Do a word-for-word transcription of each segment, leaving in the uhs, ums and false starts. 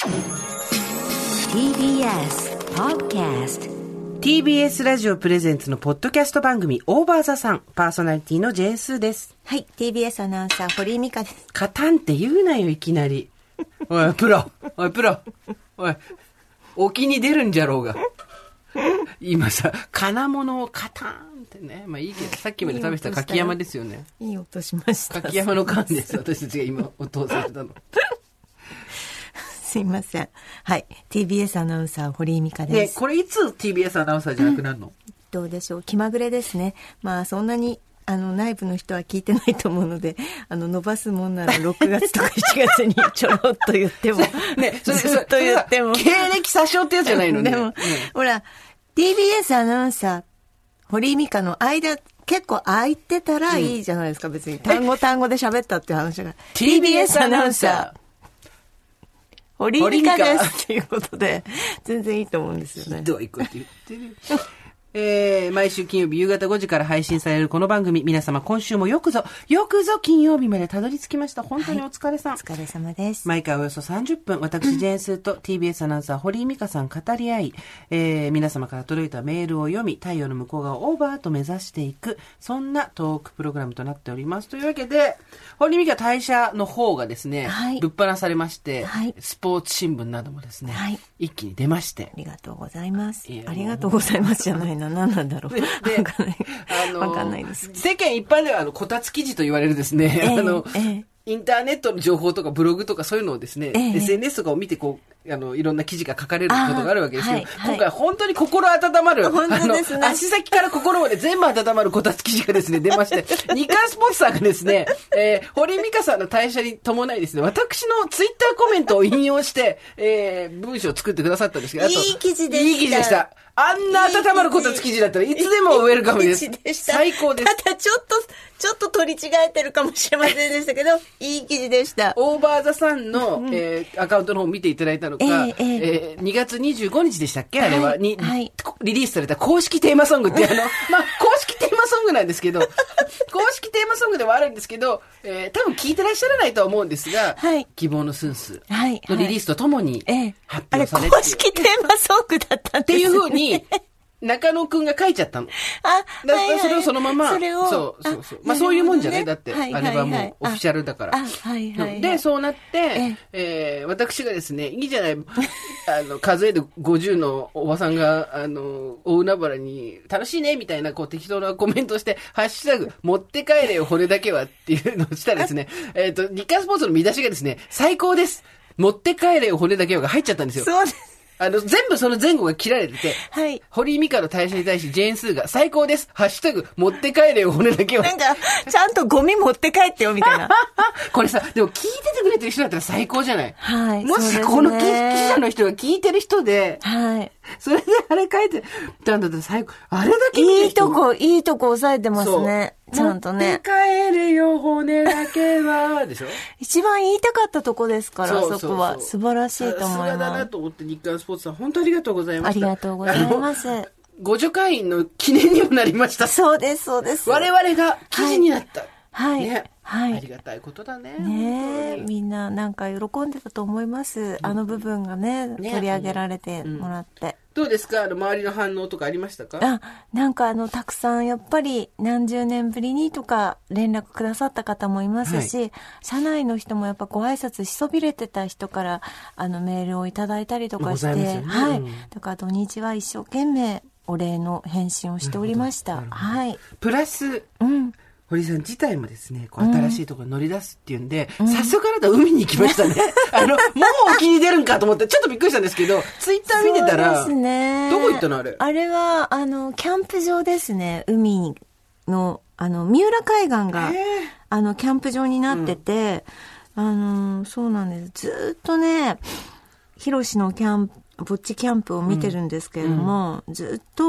ティービーエス Podcast。 ティービーエス ラジオプレゼンツのポッドキャスト番組オーバーザさん、パーソナリティのジェーンスーです。 はい、ティービーエス アナウンサー堀井美香です。 カタンって言うなよいきなり。おいプロ、おいプロ、おい沖に出るんじゃろうが。今さ金物をカタンってね、まあいいけど、さっきまで食べてた柿山ですよね。 いい音しました。 柿山の缶です。私たちが今音をされたの。 すいません。はい、 ティービーエス アナウンサー堀井美香です。 ね、これいつ ティービーエス アナウンサーじゃなくなるの、うん、 どうでしょう、気まぐれですね。まあそんなにあの内部の人は聞いてないと思うので、あの伸ばすもんならろくがつとかしちがつにちょろっと言ってもね、ずっと言っても経歴詐称ってやつじゃないのね。 でも、ね、ほら ティービーエス アナウンサー堀井美香の間結構空いてたらいいじゃないですか、うん、別に単語単語で喋ったっていう話が。 ティービーエス アナウンサー堀井美香ですっていうことで全然いいと思うんですよね。 ひどいこと言ってる。えー、毎週金曜日夕方ごじから配信されるこの番組、皆様今週もよくぞよくぞ金曜日までたどり着きました。本当にお疲れさん、 はい、お疲れ様です。 毎回およそさんじゅっぷん、私ジェーンスーと ティービーエス アナウンサー堀井美香さん語り合い、えー、皆様から届いたメールを読み、太陽の向こう側をオーバーと目指していく、そんなトークプログラムとなっております。というわけで、堀井美香退社の方がですね、はい、ぶっ放されまして、はい、スポーツ新聞などもですね、はい、一気に出まして、 ありがとうございます。ありがとうございますじゃないな、何なんだろう。 で、わかんない、あのー、わかんないです。世間一般ではあのこたつ記事と言われるですね、えー、あの、えー、インターネットの情報とかブログとかそういうのをですね、えー、エスエヌエス とかを見てこうあのいろんな記事が書かれることがあるわけですよ。はいはい、今回本当に心温まる、 本当ですね、 あの足先から心まで全部温まるこたつ記事がですね出まして、日刊スポーツさんがですね、えー、堀井美香さんの退社に伴いですね、私のツイッターコメントを引用して、えー、文章を作ってくださったんですけど、あといい記事でした。 いい記事でした。あんな温まるこたつ記事だったらいつでもウェルカムです。最高です。 ただちょっとちょっと取り違えてるかもしれませんでしたけどいい記事でした。 オーバーザさんの、うん、えー、アカウントの方を見ていただいたのか、えーえーえー、にがつにじゅうごにちでしたっけ、あれは、はい、に、はい、リリースされた公式テーマソングってあのまあ公式テーマソングなんですけど公式テーマソングではあるんですけど、えー、多分聞いてらっしゃらないとは思うんですが、はい、希望のスンスのリリースとともに発表されて、 あれ公式テーマソングだったんですねっていうふうに中野くんが書いちゃったの。あ、だからそれをそのまま、それをそうそうそう、まあそういうもんじゃない、だって、はいはいはい、あれはもうオフィシャルだから。はいはいはい、でそうなって、ええー、私がですね、いいじゃない、あの数えでごじゅうのおばさんがあの大海原に楽しいねみたいなこう適当なコメントをしてハッシュタグ持って帰れよこれだけはっていうのをしたらですね、えっと日刊スポーツの見出しがですね、最高です。持って帰れよ骨だけはが入っちゃったんですよ。 そうです。 あの、全部その前後が切られてて、はい。堀井美香の退社に対し、ジェーンスーが最高です。ハッシュタグ、持って帰れよ、骨だけは。 なんか、ちゃんとゴミ持って帰ってよ、みたいな。 これさ、でも聞いててくれてる人だったら最高じゃない。 はい。 もしこの記者の人が聞いてる人で、はい。それであれ書いてたんだったら最高。あれだけいいとこ、いいとこ押さえてますね。ちゃんとね。 持って帰れよ、骨だけは。でしょ一番言いたかったとこですから、そうそうそう、そこは。素晴らしいと思います。さすがだなと思って、日刊スポーツさん、本当ありがとうございました。 ありがとうございます。 ご助会員の記念にもなりました。 そうです、そうです。 我々が記事になった。 はい。 ね、 はい。 ありがたいことだね。 ねえ、みんななんか喜んでたと思います。うん、あの部分がね、ね、取り上げられてもらって。うんうん、 どうですか、あの周りの反応とかありましたか？ あ、なんかあのたくさんやっぱり何十年ぶりにとか連絡くださった方もいますし、はい、社内の人もやっぱご挨拶しそびれてた人からあのメールをいただいたりとかして、ね、はい、うん、だから土日は一生懸命お礼の返信をしておりました。はい。 プラス、うん。堀さん自体もですね、こう新しいところに乗り出すっていうんで、うん、早速あなた海に行きましたね。あの、もう沖に出るんかと思って、ちょっとびっくりしたんですけど、ツイッター見てたら、そうですね、どこ行ったのあれ？ あれは、あの、キャンプ場ですね。海の、あの、三浦海岸が、あの、キャンプ場になってて、うん、あの、そうなんです。ずっとね、広志のキャンプ、ぼっちキャンプを見てるんですけれども、うん、ずっと、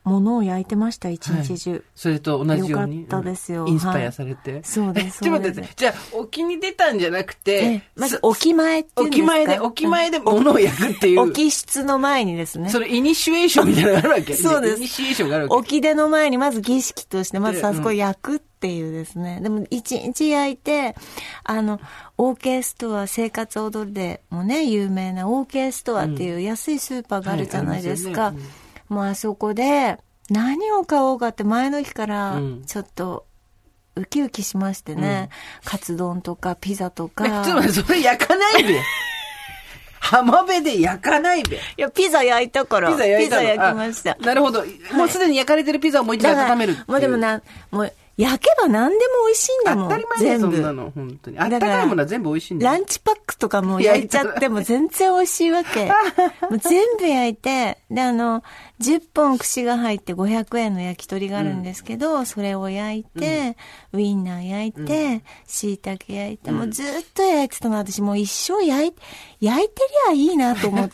物を焼いてました、一日中、はい。 それと同じように。 よかったですよ。 インスパイアされて。はい、 そうです、 ちょっと待って、じゃあ、沖に出たんじゃなくて、 まず沖前っていうんですか？ 沖前で、沖前で物を焼くっていう。 沖室の前にですね。 それ、イニシエーションみたいなのがあるわけ？ そうです。 イニシエーションがあるわけ。 沖出の前にまず儀式として、まずあそこ焼くっていうですね。うん、でも、一日焼いて、あの、オーケーストア、生活踊るでもね、有名なオーケーストアっていう安いスーパーがあるじゃないですか。うんはい、あねうん、もうあそこで、何を買おうかって前の日からちょっとウキウキしましてね、うん、カツ丼とかピザとか。 ちょっと待って、それ焼かないで。浜辺で焼かないで。 いや、ピザ焼いたから。ピザ焼いたの。ピザ焼きました。 なるほど。もうすでに焼かれてるピザをもう一度温めるっていう。 もうでもな、もう、焼けば何でも美味しいんだもん。 当たり前だよ、そんなの。本当に。あったかいものは全部美味しいんだよ。 ランチパックとかも焼いちゃっても全然美味しいわけ。もう全部焼いて、で、あの、じゅっぽん串が入ってごひゃくえんの焼き鳥があるんですけど、うん、それを焼いて、うん、ウインナー焼いて、椎茸、うん、焼いて、もうずっと焼いてたの。私もう一生焼い、焼いてりゃいいなと思って、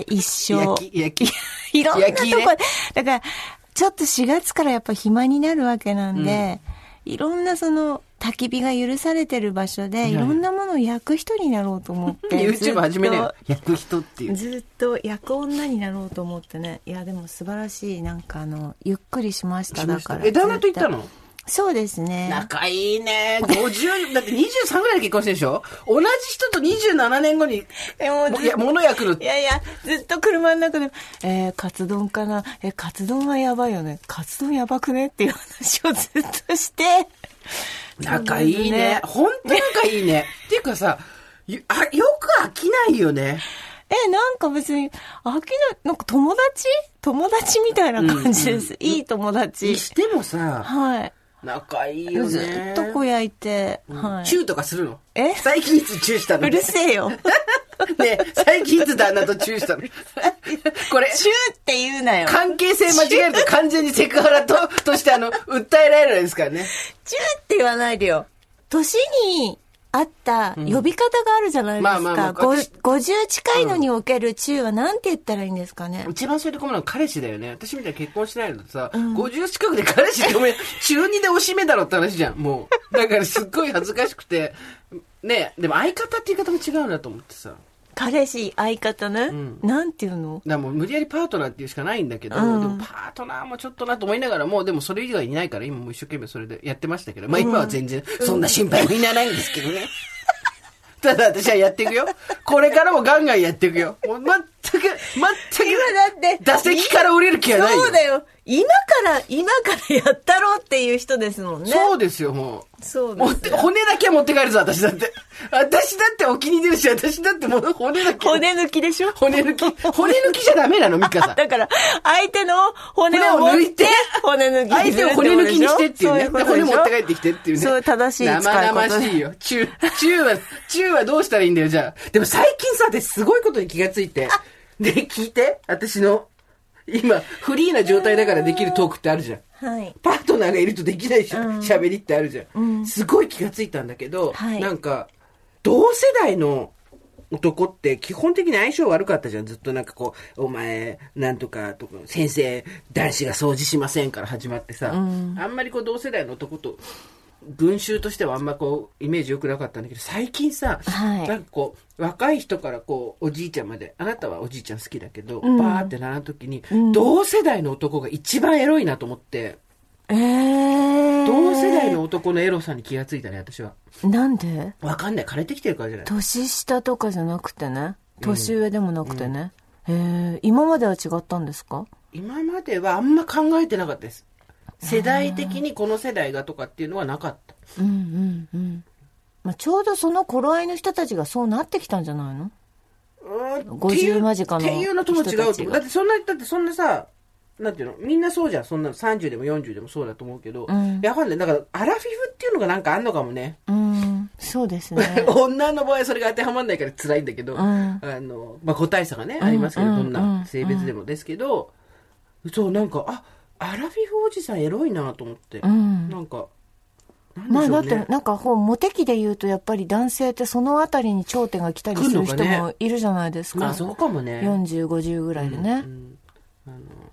一生。 焼き、焼き。 いろんなとこ、ね、だから、ちょっとしがつからやっぱ暇になるわけなんで、うんいろんなその焚き火が許されてる場所でいろんなものを焼く人になろうと思って YouTube 始めるよ焼く人っていうずっと焼く女になろうと思ってねいやでも素晴らしいなんかあのゆっくりしましただからえ旦那と行ったのそうですね仲いいねごじゅうだってにじゅうさんぐらいで結婚してるでしょ同じ人とにじゅうななねんごにえもういや物焼くのいやいやずっと車の中でえー、カツ丼かなえカツ丼はやばいよねカツ丼やばくねっていう話をずっとして仲いいね本当仲いいねっていうかさあよく飽きないよねえ、なんか別に、飽きない、なんか友達友達みたいな感じです。うん、いい友達。 にしてもさ、 はい。 仲いいよね。 ずっとこう焼いて、 うん、 はい。 チューとかするのえ最近いつチューしたのうるせえよ。 ね最近いつ旦那とチューしたのこれ。 チューって言うなよ。 関係性間違えると完全にセクハラと、としてあの、訴えられるんですからね。 チューって言わないでよ。年に、あった呼び方があるじゃないですか。うんまあまあまあ、ごじゅう近いのにおけるチューはなんて言ったらいいんですかね。 うん、一番そういうところの彼氏だよね。私みたいに結婚してないのとさ、うん、ごじゅう近くで彼氏ってお前中にでおしめだろって話じゃん。もうだからすっごい恥ずかしくてねでも相方って言い方も違うなと思ってさ。 彼氏相方ね、うん、なんていうのだからもう無理やりパートナーっていうしかないんだけど、うん、でもパートナーもちょっとなと思いながらもでもそれ以外いないから今も一生懸命それでやってましたけどまあ今は全然そんな心配もいらないんですけどね、うんただ私はやっていくよ。これからもガンガンやっていくよ。もう全く、全く、 今だって、 打席から降りる気はないよ。 そうだよ。今から、今からやったろうっていう人ですもんね。 そうですよ、もう。 そうです。 骨だけは持って帰るぞ、私だって。私だってお気に入りるし、私だってもう骨だけ。 骨抜きでしょ骨抜き。骨抜きじゃダメなの、ミカさん。 だから、相手の骨を抜いて、骨抜き。 相手を骨抜きにしてっていうね。そういう骨持って帰ってきてっていうね。 そう、正しい使い方。 生々しいよ。チュー、チューは、チューはどうしたらいいんだよ、じゃあ。でも最近さ、私すごいことに気がついて。で、聞いて、私の。今フリーな状態だからできるトークってあるじゃん、はい、パートナーがいるとできないし喋、うん、りってあるじゃん、うん、すごい気がついたんだけど、はい、なんか同世代の男って基本的に相性悪かったじゃんずっとなんかこうお前なんとかとか先生男子が掃除しませんから始まってさ、うん、あんまりこう同世代の男と群衆としてはあんまこうイメージ良くなかったんだけど最近さ、はい、なんかこう若い人からこうおじいちゃんまであなたはおじいちゃん好きだけど、うん、バーってなる時に、うん、同世代の男が一番エロいなと思って、 えー、 同世代の男のエロさに気がついたね私は。 なんで？ わかんない枯れてきてるからじゃない。 年下とかじゃなくてね年上でもなくてね、うんうん、えー、今までは違ったんですか？ 今まではあんま考えてなかったです。世代的にこの世代がとかっていうのはなかった。 うんうんうん。まあ、ちょうどその頃合いの人たちがそうなってきたんじゃないの？ごじゅう間近の人たちが。 っていうのとも違うと思う。だってそんなだってそんなさなんていうのみんなそうじゃんそんなさんじゅうでもよんじゅうでもそうだと思うけど、うん、やはりねだからアラフィフっていうのがなんかあんのかもね。 うんそうですね。 女の場合はそれが当てはまんないから辛いんだけど、うん、あのまあ個体差がね、うん、ありますけど、うん、どんな性別でもですけど、うん、そうなんかあアラフィフおじさんエロいなと思って、うん、なんかなんでしょうね、まあだってなんかモテ期で言うとやっぱり男性ってそのあたりに頂点が来たりする人もいるじゃないですか。 まあそうかもね。 よんじゅう、ごじゅうぐらいでね。うんうん、 あの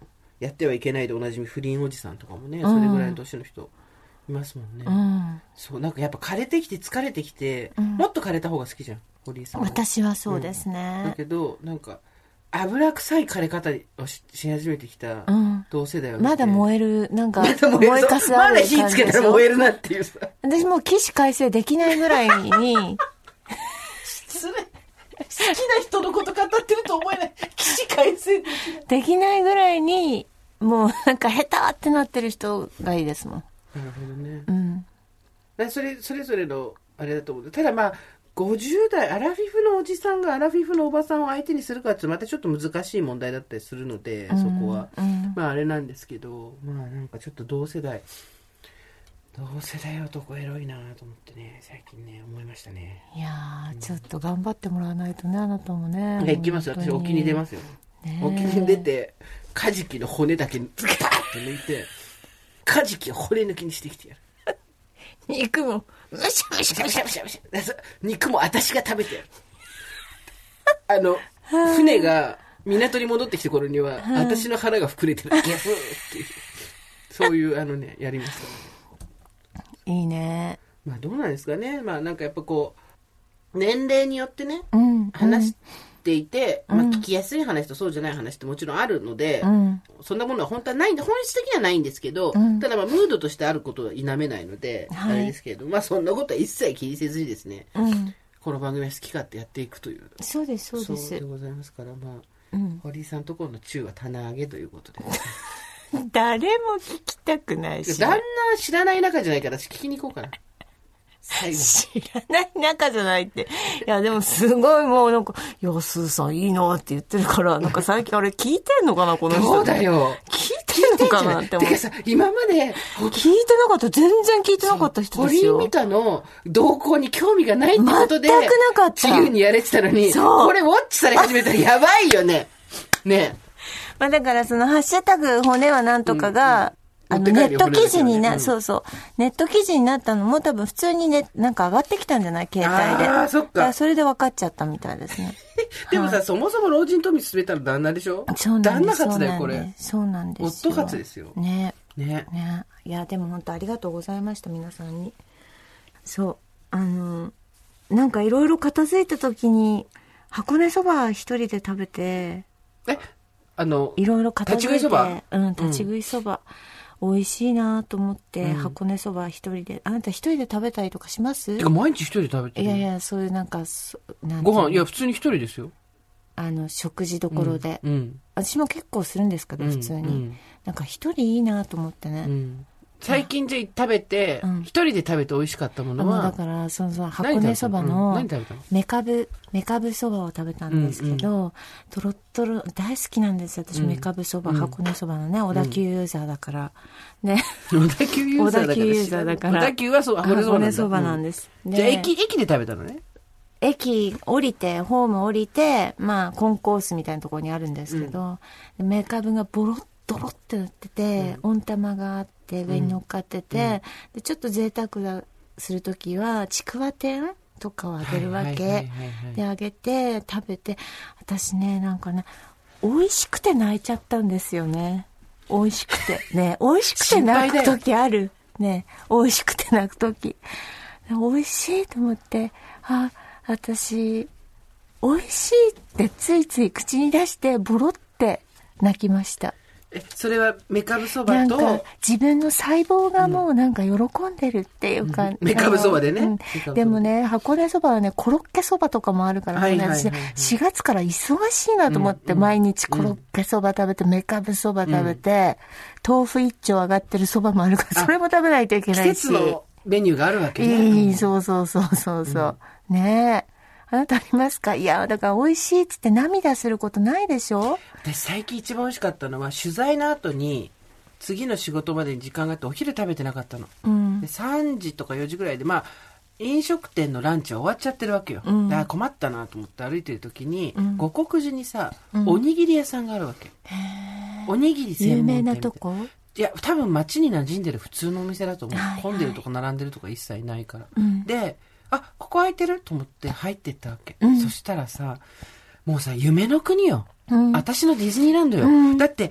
やってはいけないでおなじみ不倫おじさんとかもね、それぐらいの年の人いますもんね、うん、そうなんかやっぱ枯れてきて疲れてきて、うん、もっと枯れた方が好きじゃん堀井さんは。 私はそうですね、 うん、だけどなんか油臭い枯れ方を し, し始めてきた同世代は、 うん、まだ燃えるなんか燃えかすある感じでしょ。まだ火つけたら燃えるなっていうさ。 私もう起死回生できないぐらいに失礼。好きな人のこと語ってると思えない。起死回生できない。 できないぐらいにもうなんか下手ってなってる人がいいですもん。 なるほどね。 うん。 それそれぞれのあれだと思う。ただまあ。ごじゅう代アラフィフのおじさんがアラフィフのおばさんを相手にするかってまたちょっと難しい問題だったりするので、うん、そこは、うん、まああれなんですけど、まあなんかちょっと同世代同世代男エロいなと思ってね最近ね思いましたね。 いやー、うん、ちょっと頑張ってもらわないとねあなたもね。 行きますよ私沖に出ますよ、ね、沖に出てカジキの骨だけパーッと抜いてカジキを骨抜きにしてきてやる。 肉もむしゃむしゃむしゃむしゃむしゃ肉も私が食べてやる。あの船が港に戻ってきた頃には私の腹が膨れてるギャフーっていうそういうあのねやりました、 ね、いいね。 まあどうなんですかね。まあなんかやっぱこう年齢によってね、 うん、 話していて、うん、まあ聞きやすい話とそうじゃない話ってもちろんあるので、うん、そんなものは本当はないんで本質的にはないんですけど、うん、ただまあムードとしてあることは否めないので、はい、あれですけれどまあそんなことは一切気にせずにですね、うん、この番組は好き勝手やっていくという。 そうですそうです。 そうでございますからまあ、うん、堀井さんところの中は棚上げということで誰も聞きたくないし、 旦那知らない仲じゃないから私聞きに行こうかな。 最後知らない仲じゃないって。いやでもすごいもうなんかいやスーさんいいなって言ってるからなんか最近あれ聞いてんのかなこの人。 そうだよ。 聞いてんのかなって思って。 てかさ今まで聞いてなかった全然聞いてなかった人ですよ。 堀井美香の動向に興味がないってことで全くなかった。 自由にやれてたのにこれウォッチされ始めたらやばいよね。ね。 まあだからそのハッシュタグ骨はなんとかが、うんうんあのネット記事にな、うん、そうそう。ネット記事になったのも多分普通にね、なんか上がってきたんじゃない携帯で。 ああ、そっか。 それで分かっちゃったみたいですね。 でもさ、はい、そもそも老人と見進めたら旦那でしょ。 そうなんです。 旦那初だよ、これ。 そうなんですよ。 夫初ですよ。 ね。 ね。 ね。いや、でも本当ありがとうございました、皆さんに。そう。あの、なんかいろいろ片付いた時に、箱根そば一人で食べて。 えあの、 いろいろ片付いて。 立ち食いそばうん、立ち食いそば。うん美味しいなと思って、うん、箱根そば一人であなた一人で食べたりとかします？ てか毎日一人で食べてる。 いやいやそういうなんかなんご飯いや普通に一人ですよ。 あの食事どころで、 うんうん、 私も結構するんですけど、うん、普通に、うん、なんか一人いいなと思ってね、うん、 最近じゃ食べて一、うん、人で食べて美味しかったものはだからその箱根そばのめかぶめかぶそばを食べたんですけど、うんうん、とろっとろ大好きなんですよ私、うん、めかぶそば、うん、箱根そばのね小田急ユーザーだから、うん、ね小田急ユーザーだから小田急ユーザーだから小田急はそう箱根そばなんです、 うん、じゃあ駅駅で食べたのね。 駅降りてホーム降りてまあコンコースみたいなところにあるんですけど、うん、めかぶがボロッドロってなってて、うん、温玉があって上に乗っかってて、うん、でちょっと贅沢するときはちくわ天とかをあげるわけであげて食べて私ねなんかね美味しくて泣いちゃったんですよね。美味しくてね美味しくて泣くときあるね美味しくて泣くとき美味しいと思ってあ私美味しいってついつい口に出してボロって泣きました。 えそれはめかぶそばとなんか自分の細胞がもうなんか喜んでるっていうか、うん、 めかぶそばでね、 うん、でもね箱根そばはねコロッケそばとかもあるから、ねはいはいはいはい、しがつから忙しいなと思って、うん、毎日コロッケそば食べてめかぶそば食べて、うん、豆腐一丁上がってるそばもあるからそれも食べないといけないし季節のメニューがあるわけね、 いいそうそうそうそうそう、うん、ねえあなたありますか？いやだから美味しいっつって涙することないでしょ。 私最近一番美味しかったのは取材の後に次の仕事までに時間があってお昼食べてなかったの、うん、でさんじとかよじぐらいでまあ飲食店のランチは終わっちゃってるわけよ、うん、だから困ったなと思って歩いてる時に、うん、五国寺にさ、うん、おにぎり屋さんがあるわけ。おにぎり専門店有名なとこ？ いや多分街に馴染んでる普通のお店だと思う、はいはい、混んでるとか並んでるとか一切ないから、うん、であここ空いてると思って入ってったわけ、うん、そしたらさもうさ夢の国よ、うん、私のディズニーランドよ、うん、だって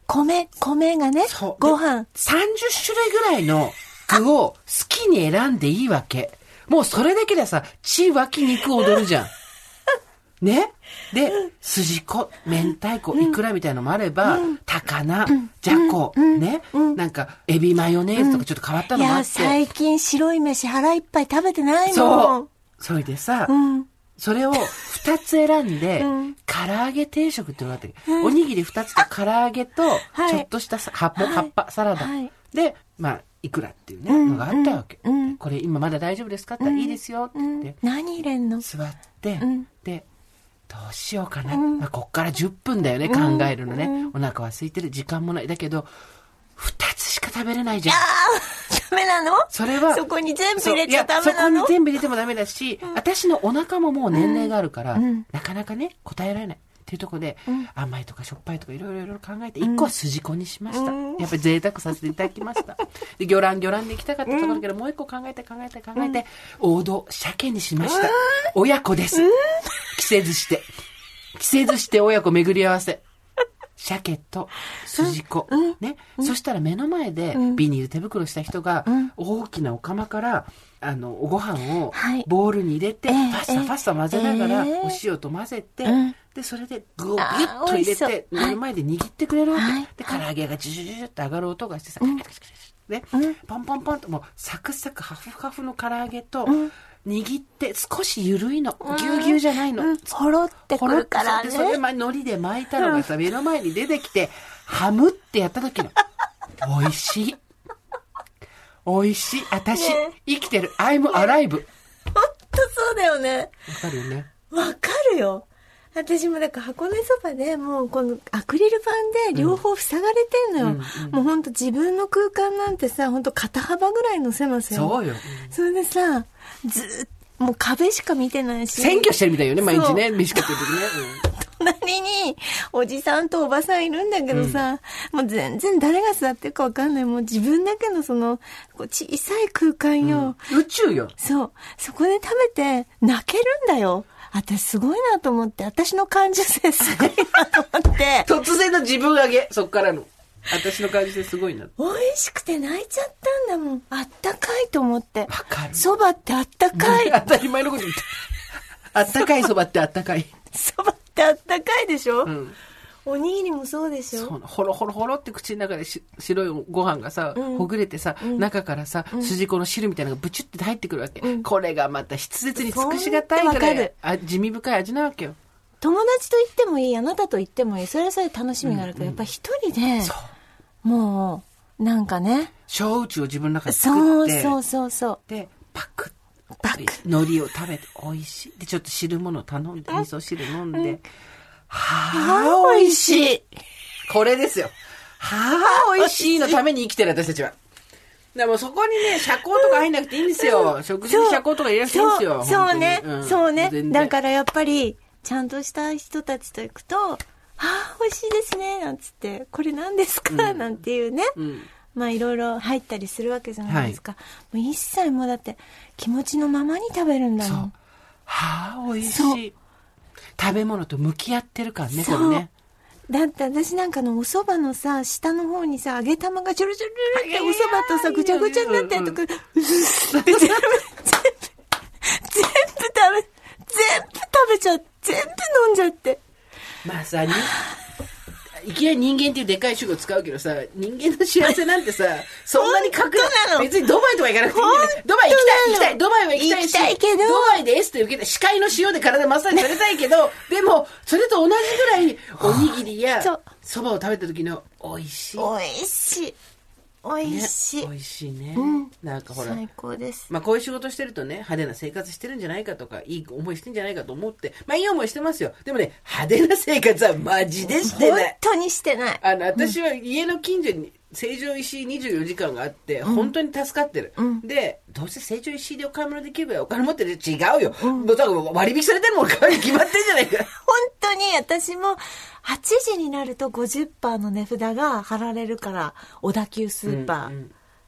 米、米がね、ご飯。 さんじゅっしゅるいぐらいの具を好きに選んでいいわけ。もうそれだけでさ、血湧き肉踊るじゃん。ね。で、筋子、明太子、いくらみたいなのもあれば、うん、高菜、うん、じゃこ、うん、ね、うん。なんか、エビマヨネーズとかちょっと変わったのもあって。 いや、最近白い飯腹いっぱい食べてないもん。 そう。それでさ、うん、それを二つ選んで、うん、唐揚げ定食っていうのがあって、うん、おにぎり二つと唐揚げと、ちょっとした葉っぱ、はい、葉っぱ、サラダ。はい、で、まあ、いくらっていうね、うん、のがあったわけ、うん。これ今まだ大丈夫ですかって言ったら、いいですよって言って。 うん、何入れんの？ 座って、うん、で、どうしようかな。うん、まあ、こっからじゅっぷんだよね、考えるのね。うん、お腹は空いてる、時間もない。だけど、二つしか食べれないじゃん。いやー、ダメなの？ それは。 そこに全部入れちゃダメなの？ そこに全部入れてもダメだし、うん、私のお腹ももう年齢があるから、うん、なかなかね、答えられない。っていうところで、うん、甘いとかしょっぱいとかいろいろいろ考えて、一個は筋子にしました。うん、やっぱり贅沢させていただきました。で、魚卵魚卵で行きたかったところだけど、うん、もう一個考えて考えて考えて、うん、王道、鮭にしました。うん、親子です。うん、着せずして。着せずして親子巡り合わせ。鮭と筋子、うん、ね、うん、そしたら目の前でビニール手袋した人が大きなお釜からあのおご飯をボウルに入れて、はい、ファッサファッサ混ぜながらお塩と混ぜて、えー、でそれで具をギュッと入れて目の前で握ってくれるわけ、はい、で唐揚げがジュジュジュって上がる音がしてさ、うん、で、うん、ポンポンポンともうサクサクハフハフの唐揚げと、うん、握って少し緩いの、ぎゅうぎゅうじゃないの、うん、 ほろってくるからね。 それ海苔で巻いたのがさ、目の前に出てきてハムってやった時の美味しい美味しい。私、ね、生きてる。I'm alive。 ほんとそうだよね。 わかるよね。 わかるよ。私もだから箱根そばでもうこのアクリル板で両方塞がれてんのよ。うんうんうん、もうほんと自分の空間なんてさ、ほんと肩幅ぐらいの狭さよ。 そうよ。 うん、それでさ、ずーっともう壁しか見てないし。 選挙してるみたいよね、毎日ね。飯食ってる時ね。うん隣におじさんとおばさんいるんだけどさ、うん、もう全然誰が座ってるかわかんない。もう自分だけのそのこう小さい空間よ、 うん、宇宙よ。 そう、そこで食べて泣けるんだよ。私すごいなと思って、私の感受性すごいなと思って突然の自分上げ、そっからの私の感受性すごいな。 美味しくて泣いちゃったんだもん。あったかいと思って。 わかる。 そばってあったかい。 当たり前のこと言ってあったかいそばってあったかい。 そばってあったかいでしょ、うん、おにぎりもそうでしょ。 そう、ほろほろほろって口の中でし白いご飯がさ、うん、ほぐれてさ、うん、中からさ、うん、筋子の汁みたいなのがブチュって入ってくるわけ、うん、これがまた筆舌に尽くしがたいぐらいあ地味深い味なわけよ。 友達と言ってもいい、あなたと言ってもいい、それはそれで楽しみがあるから、うんうん、やっぱ一人でもうなんかね、 小宇宙を自分の中で作って、 そうそうそうそうでパクッパク海苔を食べて美味しいで、ちょっと汁物頼んで味噌汁飲んで、うん、はあ美味しい。これですよ。はあ美味しいのために生きてる私たちは。でもそこにね、社交とか入んなくていいんですよ。うん、食事に社交とか入れなくていいんですよ。 そうね、うん、そうね。だからやっぱりちゃんとした人たちと行くと、はあ美味しいですねなんつって、これ何ですか、うん、なんていうね。うん、まあいろいろ入ったりするわけじゃないですか。はい、もう一切もうだって気持ちのままに食べるんだもん。そう。 はあ美味しい。食べ物と向き合ってるからね、これね。 だって私なんかのお蕎麦のさ、下の方にさ、揚げ玉がちょろちょろってお蕎麦とさ、ぐちゃぐちゃになってるとか、うーって全部、全部、全部食べ、全部食べちゃって、全部飲んじゃって。 まあさ、いきなり人間っていうでかい主語使うけどさ、人間の幸せなんてさ、そんなに隠れ別にドバイとか行かなくていいんだよね。ドバイ行きたい、行きたい、ドバイは行きたいし、 行きたいけどドバイでエステ受けたい、視界の塩で体マッサージされたいけど、でも、それと同じぐらい、おにぎりや、そばを食べた時の、美味しい。 美味しい。美味しい、 ね、美味しいね、うん、なんかほら最高です。 まあこういう仕事してるとね、派手な生活してるんじゃないかとか、いい思いしてるんじゃないかと思って、まあいい思いしてますよ。でもね、派手な生活はマジでしてない。 本当にしてない。 あの私は家の近所に成城石井にじゅうよじかんがあって、うん、本当に助かってる、うん、でどうせ成城石井でお買い物できればお金持ってる、違うよ、うん、割引されてるもん買うに決まってんじゃないか。 本当に私もはちじになると ごじゅっパーセント の値札が貼られるから、小田急スーパー、うんうん、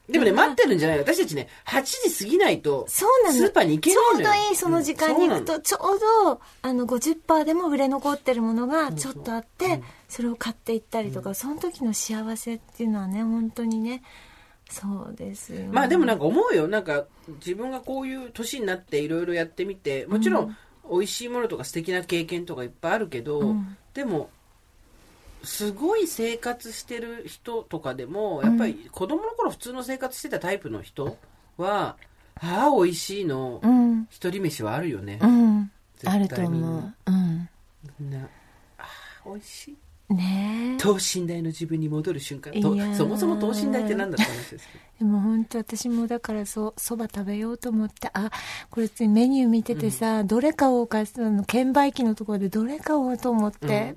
でもね、待ってるんじゃない。私たちね、はちじ過ぎないと、スーパーに行けないのよ。 ちょうどいいその時間に行くと、うん、ちょうど、あの、ごじゅっパーセント でも売れ残ってるものがちょっとあって、そうそう、うん、それを買っていったりとか、うん、その時の幸せっていうのはね、本当にね、そうですよ。 まあでもなんか思うよ。なんか、自分がこういう年になっていろいろやってみて、もちろん、うん美味しいものとか素敵な経験とかいっぱいあるけど、うん、でもすごい生活してる人とかでもやっぱり子供の頃普通の生活してたタイプの人は、うん、ああ美味しいの、うん、一人飯はあるよね、 うん、あると思う、うん、 みんなああ美味しいねえ、 等身大の自分に戻る瞬間と、そもそも等身大って何だった話ですけどでも本当私もだからそそば食べようと思って、あこれメニュー見ててさ、うん、どれ買おうか、その券売機のところでどれ買おうと思って、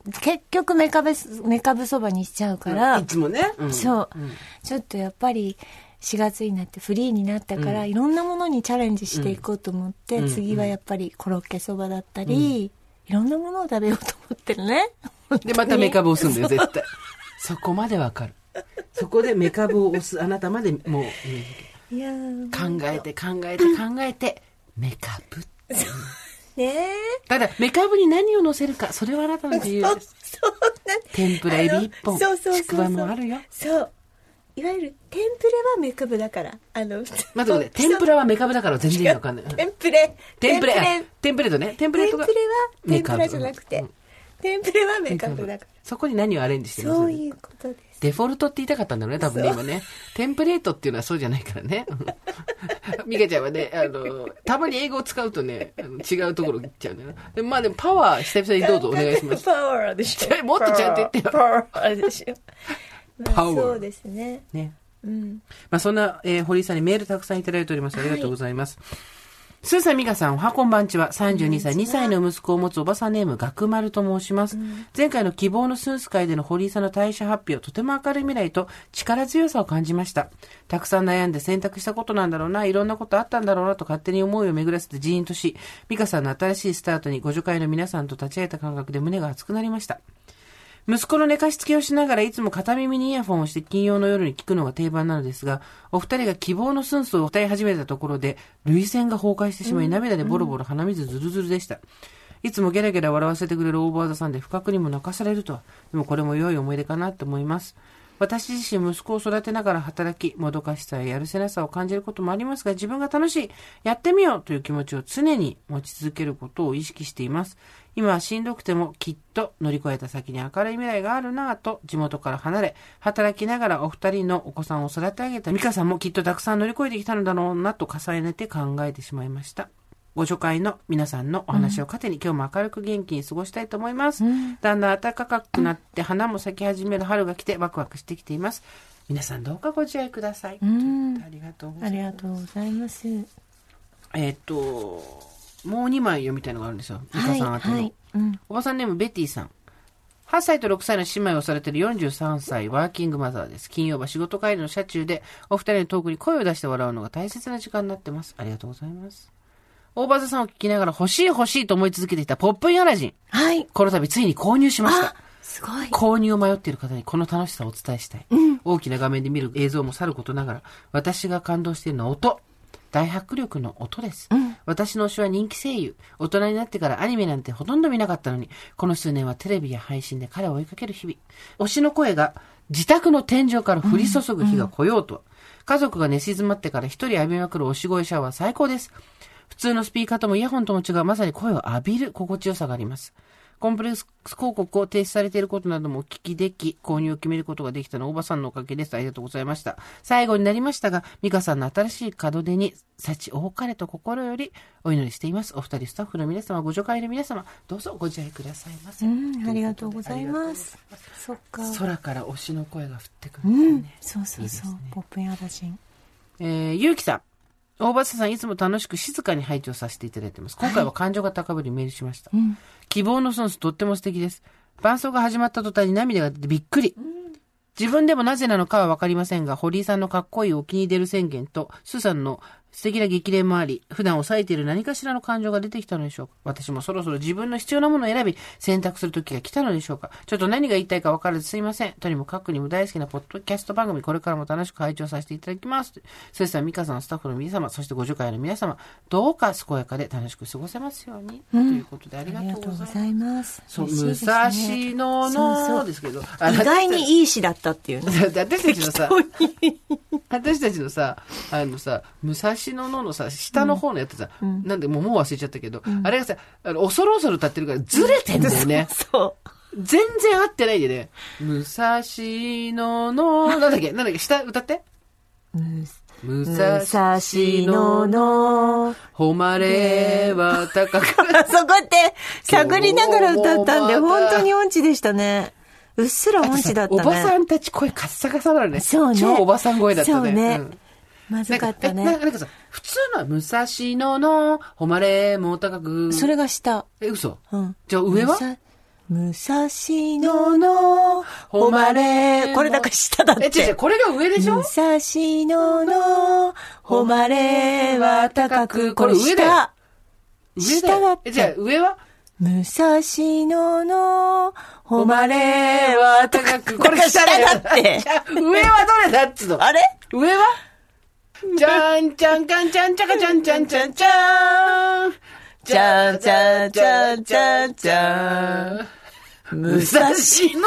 うん、結局めかぶめかぶそばにしちゃうから、 うん、いつもね、 うん、そう、うん、ちょっとやっぱりしがつになってフリーになったから、うん、いろんなものにチャレンジしていこうと思って、うん、次はやっぱりコロッケそばだったり、うん、いろんなものを食べようと思ってるね。 でまたメカブを押すんだよ絶対。そこまでわかる。そこでメカブを押すあなたまでもう、いや考えて考えて考えてメカブね。 ただメカブに何を乗せるかそれはあなたの自由です。 そうそう天ぷらエビ一本、ちくわもあるよ。 そういわゆる天ぷらはメカブだから、あの待って待って、天ぷらはメカブだから全然わかんない。 天ぷれ天ぷれ天ぷれとね、天ぷれとか天ぷれは天ぷらじゃなくて、うん、天ぷれはメカブだから。 そこに何をアレンジしてます？ そういうことです。 デフォルトって言いたかったんだろうね、多分ね、今ね。テンプレートっていうのはそうじゃないからね。ミカちゃんはね、あの、たまに英語を使うとね、あの違うところ行っちゃうんだよな。でまあでもパワー、久々にどうぞお願いします。 パワーでしょ。 もっとちゃんと言ってよ。 パワーでしょ。 パワー。 そうですね。 ね。 うん。 まあそんな、えー、堀井さんにメールたくさんいただいております。ありがとうございます。はい、スーさん、ミカさん、おはこんばんちは。さんじゅうにさい、にさいの息子を持つおばさんネーム、学丸と申します。うん、前回の希望のスース会での堀井さんの退社発表、とても明るい未来と力強さを感じました。たくさん悩んで選択したことなんだろうな、いろんなことあったんだろうなと勝手に思いを巡らせてジーンとし、ミカさんの新しいスタートにご助会の皆さんと立ち会えた感覚で胸が熱くなりました。息子の寝かしつけをしながらいつも片耳にイヤフォンをして金曜の夜に聞くのが定番なのですが、お二人が希望のスンスを歌い始めたところで、涙腺が崩壊してしまい、涙でボロボロ鼻水ズルズルでした。いつもゲラゲラ笑わせてくれるオーバーザさんで不覚にも泣かされるとは、でもこれも良い思い出かなと思います。私自身息子を育てながら働き、もどかしさややるせなさを感じることもありますが、自分が楽しい、やってみようという気持ちを常に持ち続けることを意識しています。今はしんどくてもきっと乗り越えた先に明るい未来があるなぁと地元から離れ、働きながらお二人のお子さんを育て上げた美香さんもきっとたくさん乗り越えてきたのだろうなと重ねて考えてしまいました。ご助会の皆さんのお話を糧に、うん、今日も明るく元気に過ごしたいと思います。うん、だんだん暖かくなって花も咲き始める春が来てワクワクしてきています。皆さんどうかご自愛ください。うん、ありがとうございます。 ありがとうございます。 えっと、もうにまい読みたいのがあるんですよ。美香さん宛ての、はいうん、おばさんネームベティさん。はっさいとろくさいの姉妹をされているよんじゅうさんさいワーキングマザーです。金曜は仕事帰りの車中でお二人のトークに声を出して笑うのが大切な時間になってます。ありがとうございます。大場座さんを聞きながら欲しい欲しいと思い続けていたポップインアラジン。 はい。 この度ついに購入しました。 すごい。 購入を迷っている方にこの楽しさをお伝えしたい。うん、大きな画面で見る映像もさることながら、私が感動しているのは音。大迫力の音です、うん。私の推しは人気声優。大人になってからアニメなんてほとんど見なかったのに、この数年はテレビや配信で彼を追いかける日々。推しの声が自宅の天井から降り注ぐ日が来ようと。うんうん、家族が寝静まってから一人浴びまくる推し声シャワー最高です。普通のスピーカーともイヤホンとも違う、まさに声を浴びる心地よさがあります。コンプレックス広告を停止されていることなどもお聞きでき、購入を決めることができたのはおばさんのおかげです。ありがとうございました。最後になりましたが、美香さんの新しい門出に幸多かれと心よりお祈りしています。お二人スタッフの皆様、ご助会の皆様、どうぞご自愛くださいませ。 うん、ありがとうございます。そっか。 空から推しの声が降ってくるんですね。うん、 そうそうそう。いいね、ポップインアラジン。 えー、ゆうきさん。大場さんいつも楽しく静かに拝聴させていただいています。今回は感情が高ぶりメールしました。はい、うん、希望のソンスとっても素敵です。伴奏が始まった途端に涙が出てびっくり。うん、自分でもなぜなのかはわかりませんが、堀井さんのかっこいいお気に入り宣言と、スーさんの素敵な激励もあり、普段抑えている何かしらの感情が出てきたのでしょうか。私もそろそろ自分の必要なものを選び、選択する時が来たのでしょうか。ちょっと何が言いたいか分からずすいません。とにもかくにも大好きなポッドキャスト番組、これからも楽しく拝聴させていただきます。スーさん、ミカさん、スタッフの皆様、そしてご助会の皆様、どうか健やかで楽しく過ごせますように。うん、ということでありがとうございます。そう、武蔵野のですけど、 意外にいい詩だったっていうね。 私たちのさ、私たちのさ、あのさ、武蔵野ののさ、下の方のやつさ、うん、なんでもうもう忘れちゃったけど、うん、あれがさ、あの恐る恐る歌ってるからずれてんだよね。 そう。 全然合ってないでね。武蔵野の、なんだっけ、なんだっけ、下歌って。武蔵野の誉れは高く。 そこって探りながら歌ったんで、本当に音痴でしたね。うっすら音痴だったね。 おばさんたち声カッサカサなのね。そうね。超おばさん声だったね。 そうね。うんまずかったね。 なんか、なんかさ、普通の武蔵野の誉れも高く。 それが下。 え、嘘？うん。じゃあ上は武蔵野の誉れ。これだから下だって。 え、違う違う、これが上でしょ？ 武蔵野の誉れは高く。 これ上だよ。 上だよ。 え、じゃあ上は武蔵野の誉れは高く。 これ下だって。上はどれだっつうの？ あれ？ 上はじゃんちゃんかんちゃんちゃかちゃんちゃんちゃんちゃん。 じゃんちゃんちゃんちゃんちゃん。武蔵野の。あれなんで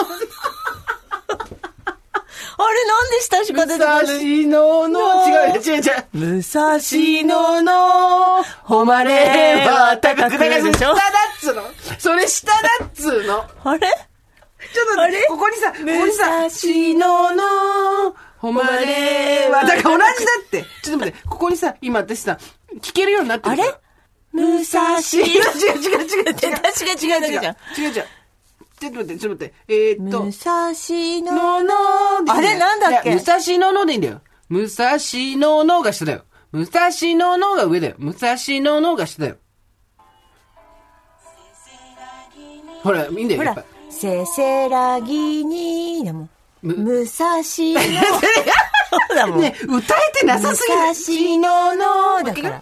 親しか出てこない？ 武蔵野の、違う違う違う。 武蔵野の誉れは高くでしょ？ 下だっつうの。それ下だっつうの。 あれ？ ちょっと待って、ここにさ、ここにさ、 武蔵野の誉れは、だから同じだって。ちょっと待って、ここにさ、今私さ、聞けるようになってるから。 あれ？武蔵野。 違う違う違う違う違う。 私が違うだけじゃん。 違う違う。ちょっと待って、ちょっと待って。えー、っと。 武蔵野の。 あれなんだっけ？ 武蔵野のでいいんだよ。武蔵野のが下だよ。武蔵野のが上だよ。武蔵野のが下だよ。ほら、いいんだよ、やっぱ。 せせらぎにだもん。武蔵野。そうだもん。 ね、歌えてなさすぎる。 武蔵野のだから。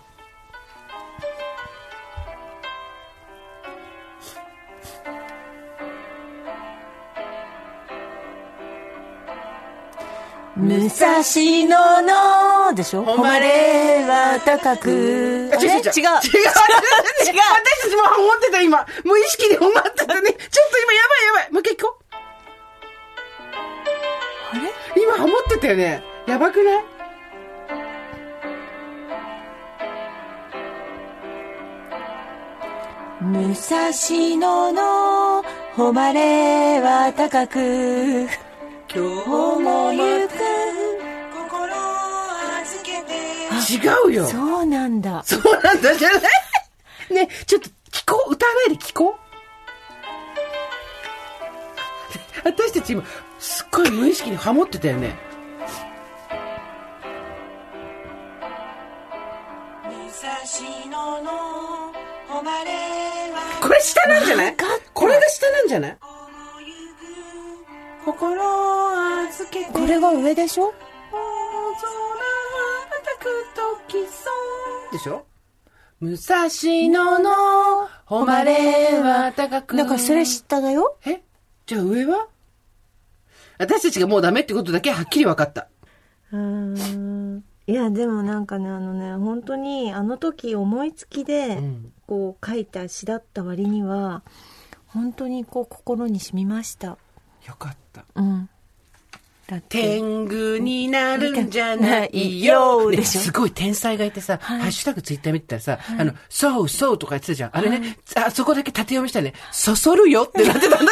武蔵野のでしょ？誉れは高く。 違う違う違う。違う。違う。 違う。 私たちもハモってた今。無意識でハモってたね。ちょっと今やばいやばい。もう一回聞こう。 あれ？ 今ハモってたよね。やばくない？ 武蔵野の誉れは高く。今日も行く心預けて。 違うよ。 そうなんだ。 そうなんだじゃないね、ちょっと聞こう。歌わないで聞こう。私たち今すっごい無意識にハモってたよね。これ下なんじゃない？これが下なんじゃない？心預けて。 これが上でしょ？ でしょ？武蔵野の誉れは高く。 だからそれ下だよ。 え？じゃあ上は？私たちがもうダメってことだけはっきり分かった。 うーん。いやでもなんかね、あのね、本当にあの時思いつきでこう書いた詩だった割には本当にこう心に染みました。 よかった。 うん。 だって天狗になるんじゃないよでしょ。すごい天才がいてさ、はい、ハッシュタグツイッター見てたらさ、はい、あのそうそうとか言ってたじゃん。あれね、はい、あそこだけ縦読みしたらね、そそるよってなってたんだって。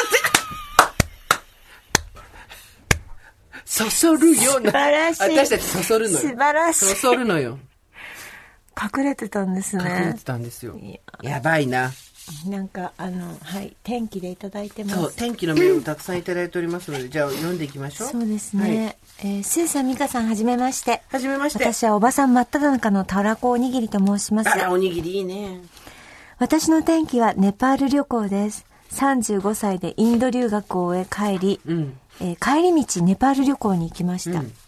そそるような。 素晴らしい。 私たちそそるのよ。 素晴らしい。 そそるのよ。 隠れてたんですね。 隠れてたんですよ。や, やばいな。 なんかあのはい天気でいただいてます。 そう天気のメールをたくさんいただいておりますので、じゃあ読んでいきましょう。 そうですね。はい、えー、スーさん、ミカさん、はじめまして。 はじめまして。 私はおばさん真っ只中のたらこおにぎりと申します。 あらおにぎりいいね。 私の転機はネパール旅行です。さんじゅうごさいでインド留学を終え帰り、うん、えー、帰り道ネパール旅行に行きました。うん、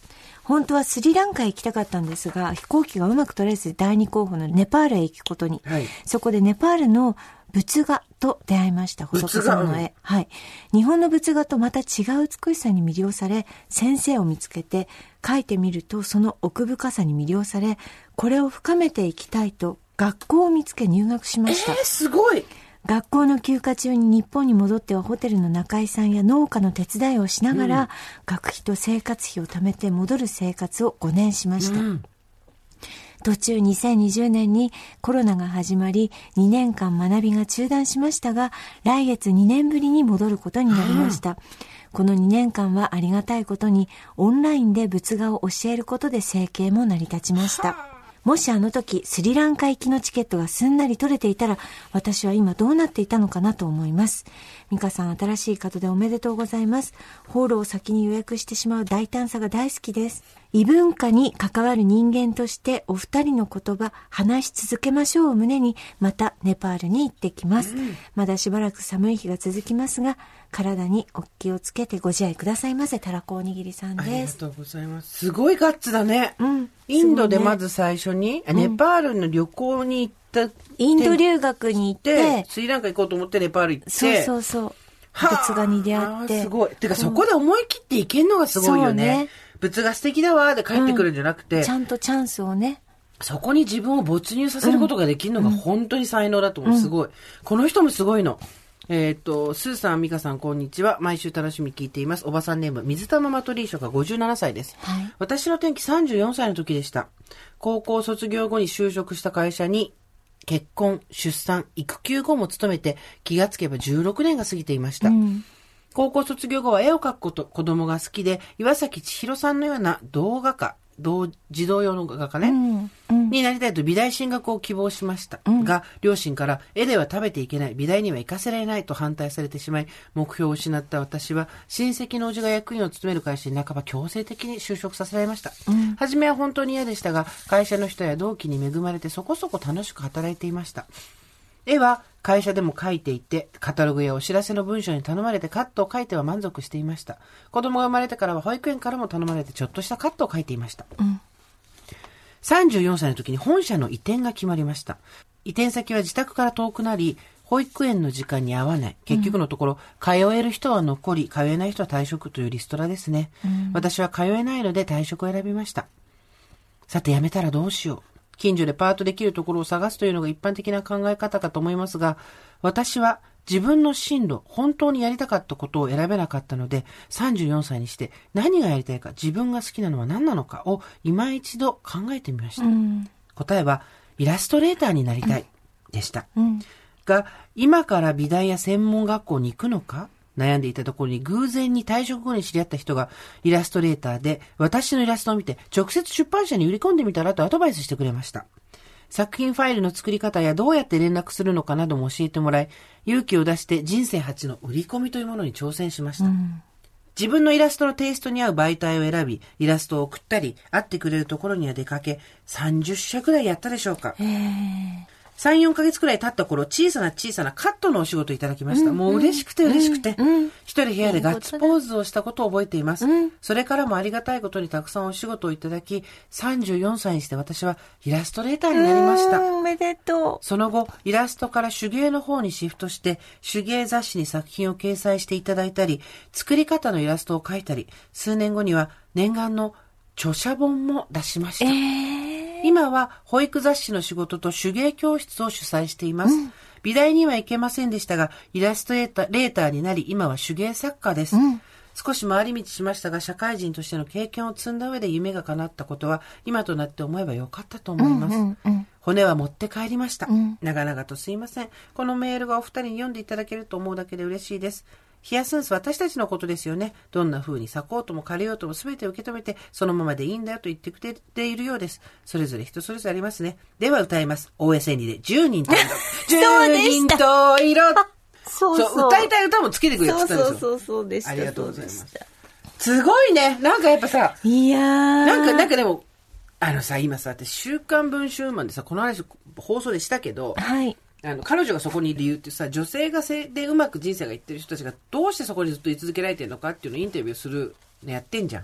本当はスリランカへ行きたかったんですが、飛行機がうまく取れずだいに候補のネパールへ行くことに。はい、そこでネパールの仏画と出会いました。仏さんの絵。はい。日本の仏画とまた違う美しさに魅了され、先生を見つけて描いてみるとその奥深さに魅了され、これを深めていきたいと学校を見つけ入学しました。 えー、すごい。 学校の休暇中に日本に戻ってはホテルの仲居さんや農家の手伝いをしながら、うん、学費と生活費を貯めて戻る生活をごねんしました。うん、途中にせんにじゅうねんにコロナが始まりにねんかん学びが中断しましたが、来月にねんぶりに戻ることになりました。うん、このにねんかんはありがたいことにオンラインで仏画を教えることで生計も成り立ちました。もしあの時スリランカ行きのチケットがすんなり取れていたら、私は今どうなっていたのかなと思います。美香さん、新しい門出おめでとうございます。ホールを先に予約してしまう大胆さが大好きです。異文化に関わる人間としてお二人の言葉話し続けましょうを胸に、またネパールに行ってきます。うん、まだしばらく寒い日が続きますが、体にお気をつけてご自愛くださいませ。たらこおにぎりさんです。ありがとうございます。すごいガッツだね。うん、インドでまず最初に、ね、ネパールの旅行に行った、 インド留学に行ってスリランカ行こうと思ってネパール行って、 そうそうそう仏画に出会って、 すごい。てかそこで思い切って行けるのがすごいよね。仏画素敵だわーで帰ってくるんじゃなくて、 うん、ちゃんとチャンスをね、 そこに自分を没入させることができるのが本当に才能だと思う。うん、すごい。この人もすごいの。えっ、ー、と、スーさん、ミカさん、こんにちは。毎週楽しみ聞いています。おばさんネーム、水玉マトリーショがごじゅうななさいです。はい、私の転機さんじゅうよんさいの時でした。高校卒業後に就職した会社に、結婚、出産、育休後も勤めて、気がつけばじゅうろくねんが過ぎていました。うん、高校卒業後は絵を描くこと、子供が好きで、岩崎千尋さんのような動画家、同児童用の画家ね、うんうん、になりたいと美大進学を希望しました、うん、が、両親から絵では食べていけない、美大には行かせられないと反対されてしまい、目標を失った私は親戚のおじが役員を務める会社に半ば強制的に就職させられました、うん、初めは本当に嫌でしたが、会社の人や同期に恵まれてそこそこ楽しく働いていました。絵は会社でも描いていて、カタログやお知らせの文章に頼まれてカットを描いては満足していました。子供が生まれてからは保育園からも頼まれてちょっとしたカットを描いていました。うん、さんじゅうよんさいの時に本社の移転が決まりました。移転先は自宅から遠くなり、保育園の時間に合わない。結局のところ、うん、通える人は残り、通えない人は退職というリストラですね。うん、私は通えないので退職を選びました。さて辞めたらどうしよう。近所でパートできるところを探すというのが一般的な考え方かと思いますが、私は自分の進路、本当にやりたかったことを選べなかったので、さんじゅうよんさいにして何がやりたいか、自分が好きなのは何なのかを今一度考えてみました。うん、答えは、イラストレーターになりたいでした。うん、が、今から美大や専門学校に行くのか悩んでいたところに偶然に退職後に知り合った人がイラストレーターで私のイラストを見て直接出版社に売り込んでみたらとアドバイスしてくれました。作品ファイルの作り方やどうやって連絡するのかなども教えてもらい、勇気を出して人生初の売り込みというものに挑戦しました。うん、自分のイラストのテイストに合う媒体を選び、イラストを送ったり、会ってくれるところには出かけ、さんじゅっしゃくらいやったでしょうか。へー。さん、よんかげつくらい経った頃、小さな小さなカットのお仕事をいただきました。うん、もう嬉しくて嬉しくて、うん、一人部屋でガッツポーズをしたことを覚えています。うん、それからもありがたいことにたくさんお仕事をいただき、さんじゅうよんさいにして私はイラストレーターになりました。 おめでとう。 その後、イラストから手芸の方にシフトして、手芸雑誌に作品を掲載していただいたり、作り方のイラストを描いたり、数年後には念願の著者本も出しました。えー今は保育雑誌の仕事と手芸教室を主催しています。うん、美大には行けませんでしたが、イラストレーター、レーターになり、今は手芸作家です。うん、少し回り道しましたが、社会人としての経験を積んだ上で夢が叶ったことは、今となって思えばよかったと思います。うんうんうん、骨は持って帰りました。うん、長々とすいません。このメールがお二人に読んでいただけると思うだけで嬉しいです。ヒヤスンス私たちのことですよね。どんな風に咲こうとも枯れようとも全て受け止めてそのままでいいんだよと言ってくれているようです。それぞれ人それぞれありますね。では歌います。オーエスエヌ でじゅうにんと色。じゅうにんと色。そうそうそう。歌いたい歌もつけてくれって言ったんですよ。 そうそうそうでした。 ありがとうございます。すごいね。なんかやっぱさ。 いやー。 なんか、なんかでも、あのさ、今さ、私週刊文春マンでさ、この話放送でしたけど。はい。あの彼女がそこにいる理由ってさ、女性がせでうまく人生がいってる人たちがどうしてそこにずっと居続けられてるのかっていうのをインタビューするのやってんじゃん。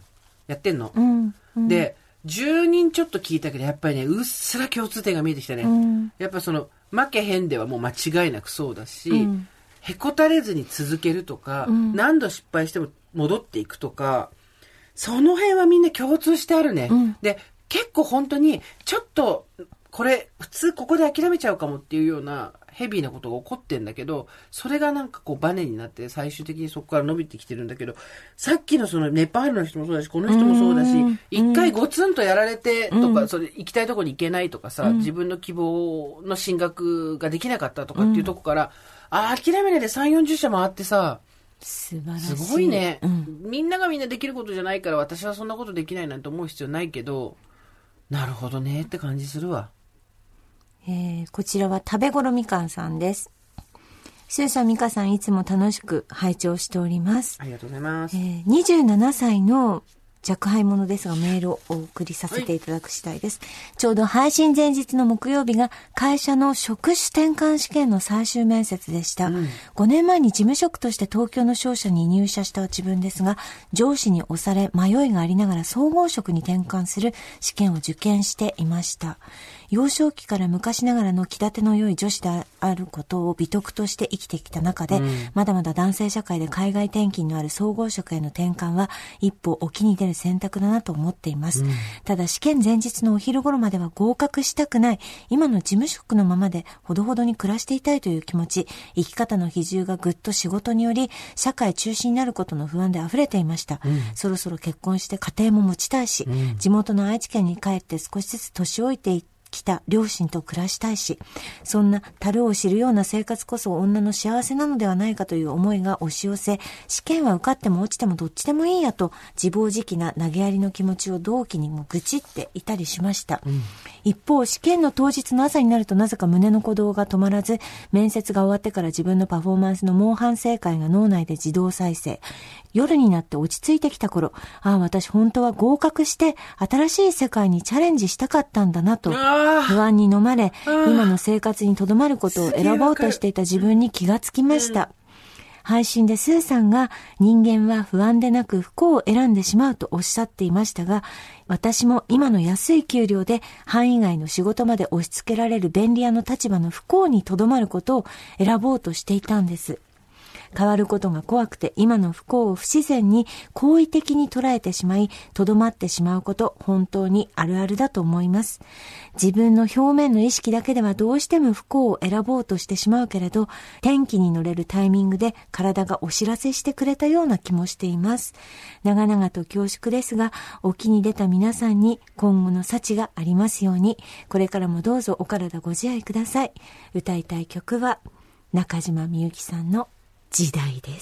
やってんの。 うんうん、 で、じゅうにんちょっと聞いたけど、やっぱりね、うっすら共通点が見えてきたね。うん、やっぱその、負けへんではもう間違いなくそうだし、うん、へこたれずに続けるとか、うん、何度失敗しても戻っていくとか、その辺はみんな共通してあるね。うん、で、結構本当に、ちょっと、これ、普通ここで諦めちゃうかもっていうような、ヘビーなことが起こってんだけど、それがなんかこうバネになって最終的にそこから伸びてきてるんだけど、さっきのそのネパールの人もそうだし、この人もそうだし、一回ゴツンとやられてとか、それ行きたいとこに行けないとかさ、自分の希望の進学ができなかったとかっていうとこから、ああ、諦めないでさんじゅう、よんじゅっしゃ回ってさ、 素晴らしい。 すごいね、うん。みんながみんなできることじゃないから私はそんなことできないなんて思う必要ないけど、なるほどねって感じするわ。 えー、こちらは食べごろみかんさんです。スーさん、みかさん、いつも楽しく拝聴しております。 ありがとうございます。 えー、にじゅうななさいの若輩者ですがメールをお送りさせていただく次第です、はい、ちょうど配信前日の木曜日が会社の職種転換試験の最終面接でした、うん、ごねんまえに事務職として東京の商社に入社した自分ですが、上司に押され迷いがありながら総合職に転換する試験を受験していました。幼少期から昔ながらの気立ての良い女子であることを美徳として生きてきた中で、うん、まだまだ男性社会で海外転勤のある総合職への転換は一歩沖に出る選択だなと思っています、うん、ただ試験前日のお昼頃までは合格したくない、今の事務職のままでほどほどに暮らしていたいという気持ち、生き方の比重がぐっと仕事により社会中心になることの不安で溢れていました、うん、そろそろ結婚して家庭も持ちたいし、うん、地元の愛知県に帰って少しずつ年老いていって来た両親と暮らしたいし、そんな樽を知るような生活こそ女の幸せなのではないかという思いが押し寄せ、試験は受かっても落ちてもどっちでもいいやと自暴自棄な投げやりの気持ちを同期にも愚痴っていたりしました、うん、一方試験の当日の朝になるとなぜか胸の鼓動が止まらず、面接が終わってから自分のパフォーマンスの猛反省会が脳内で自動再生。夜になって落ち着いてきた頃、ああ私本当は合格して新しい世界にチャレンジしたかったんだなと不安に飲まれ、今の生活にとどまることを選ぼうとしていた自分に気がつきました。配信でスーさんが人間は不安でなく不幸を選んでしまうとおっしゃっていましたが、私も今の安い給料で範囲外の仕事まで押し付けられる便利屋の立場の不幸にとどまることを選ぼうとしていたんです。変わることが怖くて今の不幸を不自然に好意的に捉えてしまいとどまってしまうこと、本当にあるあるだと思います。自分の表面の意識だけではどうしても不幸を選ぼうとしてしまうけれど、転機に乗れるタイミングで体がお知らせしてくれたような気もしています。長々と恐縮ですが、沖に出た皆さんに今後の幸がありますように、これからもどうぞお体ご自愛ください。歌いたい曲は中島みゆきさんの時代です。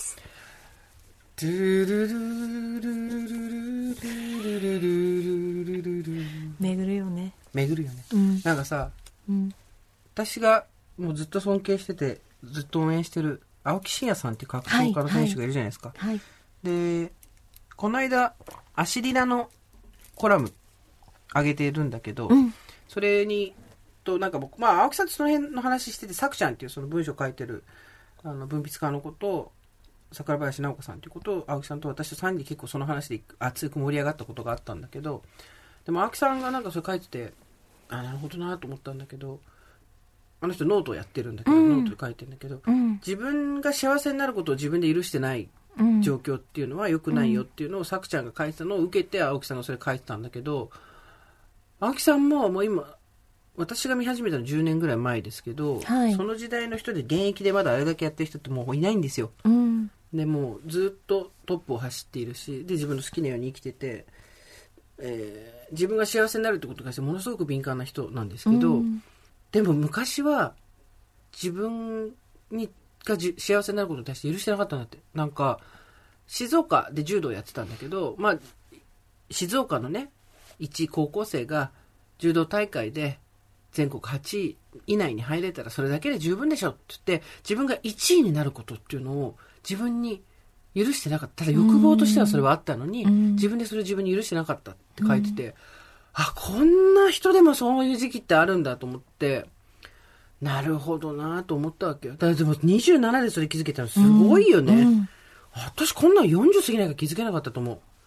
巡るよね。 巡るよね。うん、なんかさ、うん、私がもうずっと尊敬しててずっと応援してる青木真也さんっていう格闘家の選手がいるじゃないですか。はいはい、で、この間アシリラのコラム上げてるんだけど、うん、それにとなんか僕まあ青木さんとその辺の話してて、さくちゃんっていうその文章書いてるあの文筆家のことを桜林直子さんということを青木さんと私とさんにんで結構その話で熱く盛り上がったことがあったんだけど、でも青木さんがなんかそれ書いてて、あなるほどなと思ったんだけど、あの人ノートをやってるんだけど、うん、ノートで書いてるんだけど、うん、自分が幸せになることを自分で許してない状況っていうのは良くないよっていうのをさくちゃんが書いてたのを受けて青木さんがそれ書いてたんだけど、青木さんももう今私が見始めたのじゅうねんぐらい前ですけど、はい、その時代の人で現役でまだあれだけやってる人ってもういないんですよ、うん、でもうずっとトップを走っているし、で自分の好きなように生きてて、えー、自分が幸せになるってことに関してものすごく敏感な人なんですけど、うん、でも昔は自分にがじ幸せになることに対して許してなかったんだって。なんか静岡で柔道やってたんだけど、まあ静岡のね一高校生が柔道大会で全国はちい以内に入れたらそれだけで十分でしょって言って、自分がいちいになることっていうのを自分に許してなかった。ただ欲望としてはそれはあったのに、自分でそれを自分に許してなかったって書いてて、あ、こんな人でもそういう時期ってあるんだと思って、なるほどなと思ったわけよ。だからでもにじゅうななでそれ気づけたのすごいよね、うんうん、私こんなんよんじゅう過ぎないから気づけなかったと思う。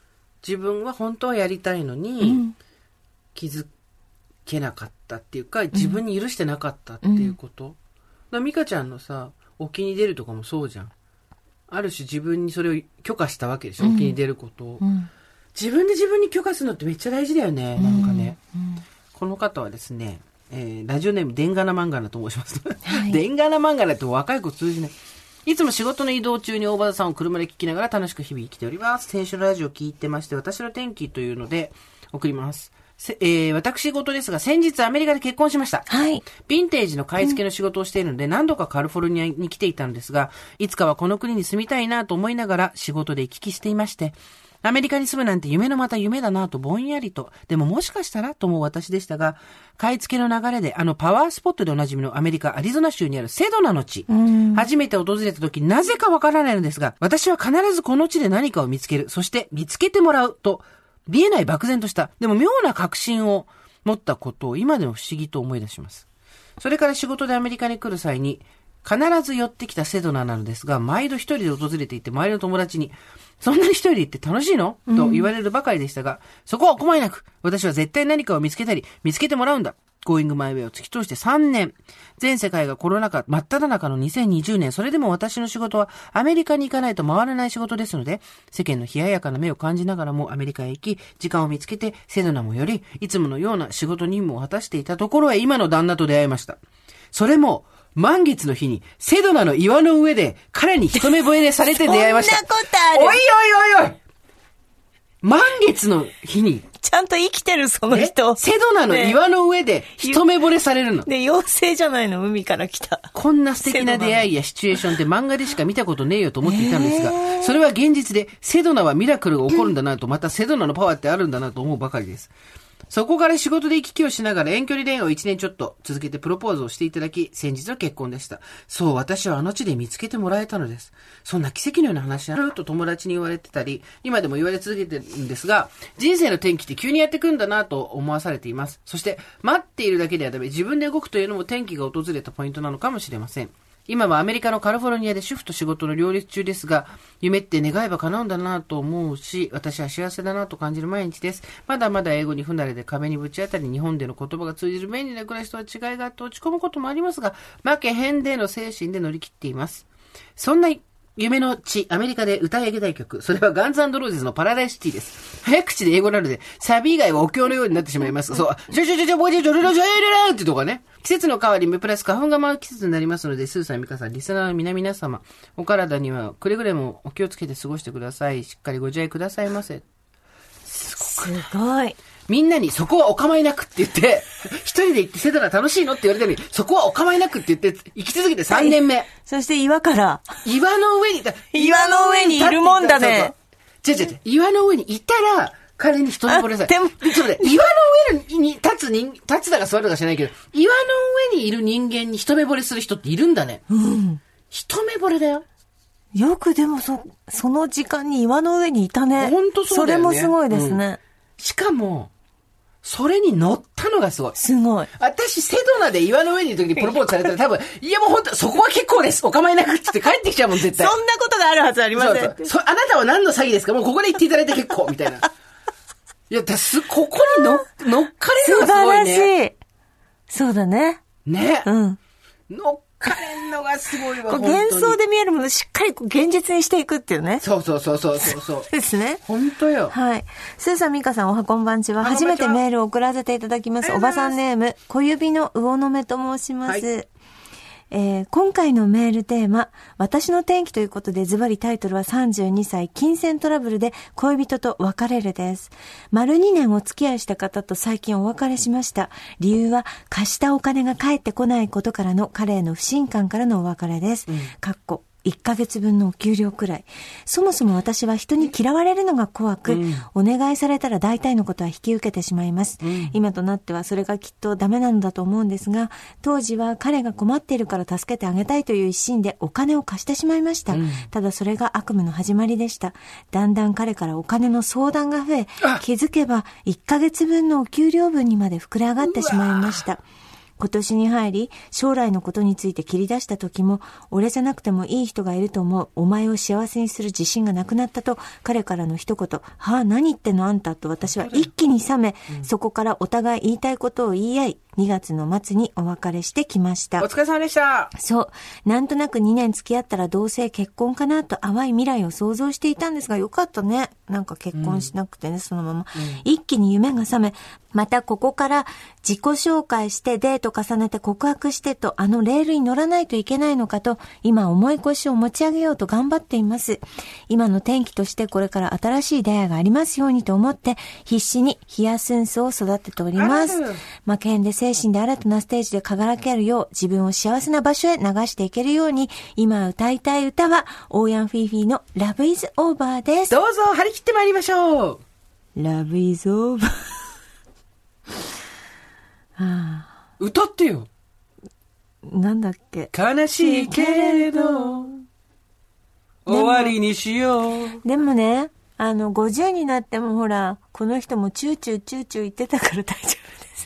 自分は本当はやりたいのに、うん、気づけなかったっていうか、自分に許してなかったっていうこと。うん、だから美香ちゃんのさ、沖に出るとかもそうじゃん。ある種自分にそれを許可したわけでしょ、うん、沖に出ることを、うん。自分で自分に許可するのってめっちゃ大事だよね、うん、なんかね、うん。この方はですね、えー、ラジオネーム、でんがな漫画なと申します。はい、でんがな漫画なって若い子通じない。いつも仕事の移動中に大場さんを車で聞きながら楽しく日々生きております。先週のラジオ聞いてまして、私の天気というので送ります。えー、私事ですが、先日アメリカで結婚しました。 はい。 ヴィンテージの買い付けの仕事をしているので、うん、何度かカリフォルニアに来ていたんですが、いつかはこの国に住みたいなと思いながら仕事で行き来していまして、アメリカに住むなんて夢のまた夢だなとぼんやりと、でももしかしたらと思う私でしたが、買い付けの流れであのパワースポットでおなじみのアメリカ・アリゾナ州にあるセドナの地、うん、初めて訪れた時なぜかわからないのですが、私は必ずこの地で何かを見つける、そして見つけてもらうと、見えない漠然とした、でも妙な確信を持ったことを今でも不思議と思い出します。それから仕事でアメリカに来る際に必ず寄ってきたセドナなのですが、毎度一人で訪れていて周りの友達に、そんなに一人で行って楽しいの、うん、と言われるばかりでしたが、そこはお構いなく、私は絶対何かを見つけたり、見つけてもらうんだ。Going My Way を突き通してさんねん。全世界がコロナ禍真っ只中のにせんにじゅうねん、それでも私の仕事はアメリカに行かないと回らない仕事ですので、世間の冷ややかな目を感じながらもアメリカへ行き、時間を見つけてセドナもより、いつものような仕事任務を果たしていたところへ今の旦那と出会いました。それも、満月の日にセドナの岩の上で彼に一目惚れされて出会いました。 そんなことある。 おいおいおいおい満月の日に。 ちゃんと生きてるその人。 セドナの岩の上で一目惚れされるの。 で、妖精じゃないの、海から来た。 こんな素敵な出会いやシチュエーションって漫画でしか見たことねえよと思っていたのですが、それは現実でセドナはミラクルが起こるんだなと、またセドナのパワーってあるんだなと思うばかりです。そこから仕事で行き来をしながら遠距離恋愛をいちねんちょっと続けてプロポーズをしていただき、先日の結婚でした。そう、私はあの地で見つけてもらえたのです。そんな奇跡のような話あると友達に言われてたり、今でも言われ続けてるんですが、人生の転機って急にやってくるんだなと思わされています。そして待っているだけではダメ、自分で動くというのも転機が訪れたポイントなのかもしれません。今はアメリカのカリフォルニアで主婦と仕事の両立中ですが、夢って願えば叶うんだなと思うし、私は幸せだなと感じる毎日です。まだまだ英語に不慣れで壁にぶち当たり、日本での言葉が通じる便利な暮らしとは違いがあって落ち込むこともありますが、負けへんでの精神で乗り切っています。そんな夢の地、アメリカで歌い上げたい曲。それはガンズ&ローゼズのパラダイスシティです。早口で英語なので、サビ以外はお経のようになってしまいます。そう、ちょちょちょちょ、ボジョジョジョジョエルってとかね。季節の変わり目プラス花粉が舞う季節になりますので、スーさん、ミカさん、リスナーの皆々様、お体にはくれぐれもお気をつけて過ごしてください。しっかりご自愛くださいませ。 すごく。すごい。 みんなにそこはお構いなくって言って、一人で行ってセドナ楽しいのって言われたのに、そこはお構いなくって言って、生き続けてさんねんめ。はい、 そして岩から。 岩の上に、 岩の上にいるもんだね。 違う違う違う。岩の上にいたら、彼に一目惚れされ。でも、ちょっとね、岩の上に立つ人、立つだか座るだか知らないけど、岩の上にいる人間に一目惚れする人っているんだね。 うん。 一目惚れだよ。 よくでもそ、その時間に岩の上にいたね。 ほんとそうだよね。 それもすごいですね。うん、 しかも、それに乗ったのがすごい。 すごい。 私、セドナで岩の上にいる時にプロポーズされたら多分、いやもう本当そこは結構です。お構いなくって言って帰ってきちゃうもん、絶対。 そんなことがあるはずありません。そうそう。そあなたは何の詐欺ですか？もうここで言っていただいて結構、みたいな。いや、だす、ここに乗、乗っかれるのがすごいね。素晴らしい。 そうだね。 ね。 うん。 乗っかれんのがすごいわ。 こう幻想で見えるものをしっかりこう現実にしていくっていうね。 そうそうそうそうそうそう。 ですね。 本当よ。 はい。スーさん、ミカさん、おはこんばんちは。初めてメールを送らせていただきます。おばさんネーム、小指の魚の目と申します。はい、えー、今回のメールテーマ、私の転機ということで、ズバリタイトルはさんじゅうにさい、金銭トラブルで恋人と別れるです。丸にねんお付き合いした方と最近お別れしました。理由は、貸したお金が返ってこないことからの彼への不信感からのお別れです。うん、かっこいっかげつぶんのお給料くらい。そもそも私は人に嫌われるのが怖く、うん、お願いされたら大体のことは引き受けてしまいます、うん、今となってはそれがきっとダメなのだと思うんですが、当時は彼が困っているから助けてあげたいという一心でお金を貸してしまいました、うん、ただそれが悪夢の始まりでした。だんだん彼からお金の相談が増え、気づけばいっかげつぶんのお給料分にまで膨れ上がってしまいました。 今年に入り、将来のことについて切り出した時も、俺じゃなくてもいい人がいると思う。お前を幸せにする自信がなくなったと、彼からの一言、はあ、何言ってんのあんたと私は一気に冷め、うん、そこからお互い言いたいことを言い合い、にがつの末にお別れしてきました。 お疲れ様でした。 そう。なんとなくにねん付き合ったら同棲結婚かなと淡い未来を想像していたんですが、よかったね。なんか結婚しなくてね、うん、そのまま、うん。一気に夢が覚め、またここから自己紹介してデート重ねて告白してと、あのレールに乗らないといけないのかと、今重い腰を持ち上げようと頑張っています。今の転機としてこれから新しい出会いがありますようにと思って、必死にヒヤスンスを育てております。負けんで精神で新たなステージで輝けるよう、自分を幸せな場所へ流していけるように、今歌いたい歌は、オーヤンフィーフィーの Love is Over です。 どうぞ張り切ってまいりましょう。 Love is Over はあ、歌ってよ。 なんだっけ。 悲しいけれど終わりにしよう。 でもね、あのごじゅうになってもほら、この人もチューチューチューチュー言ってたから大丈夫です。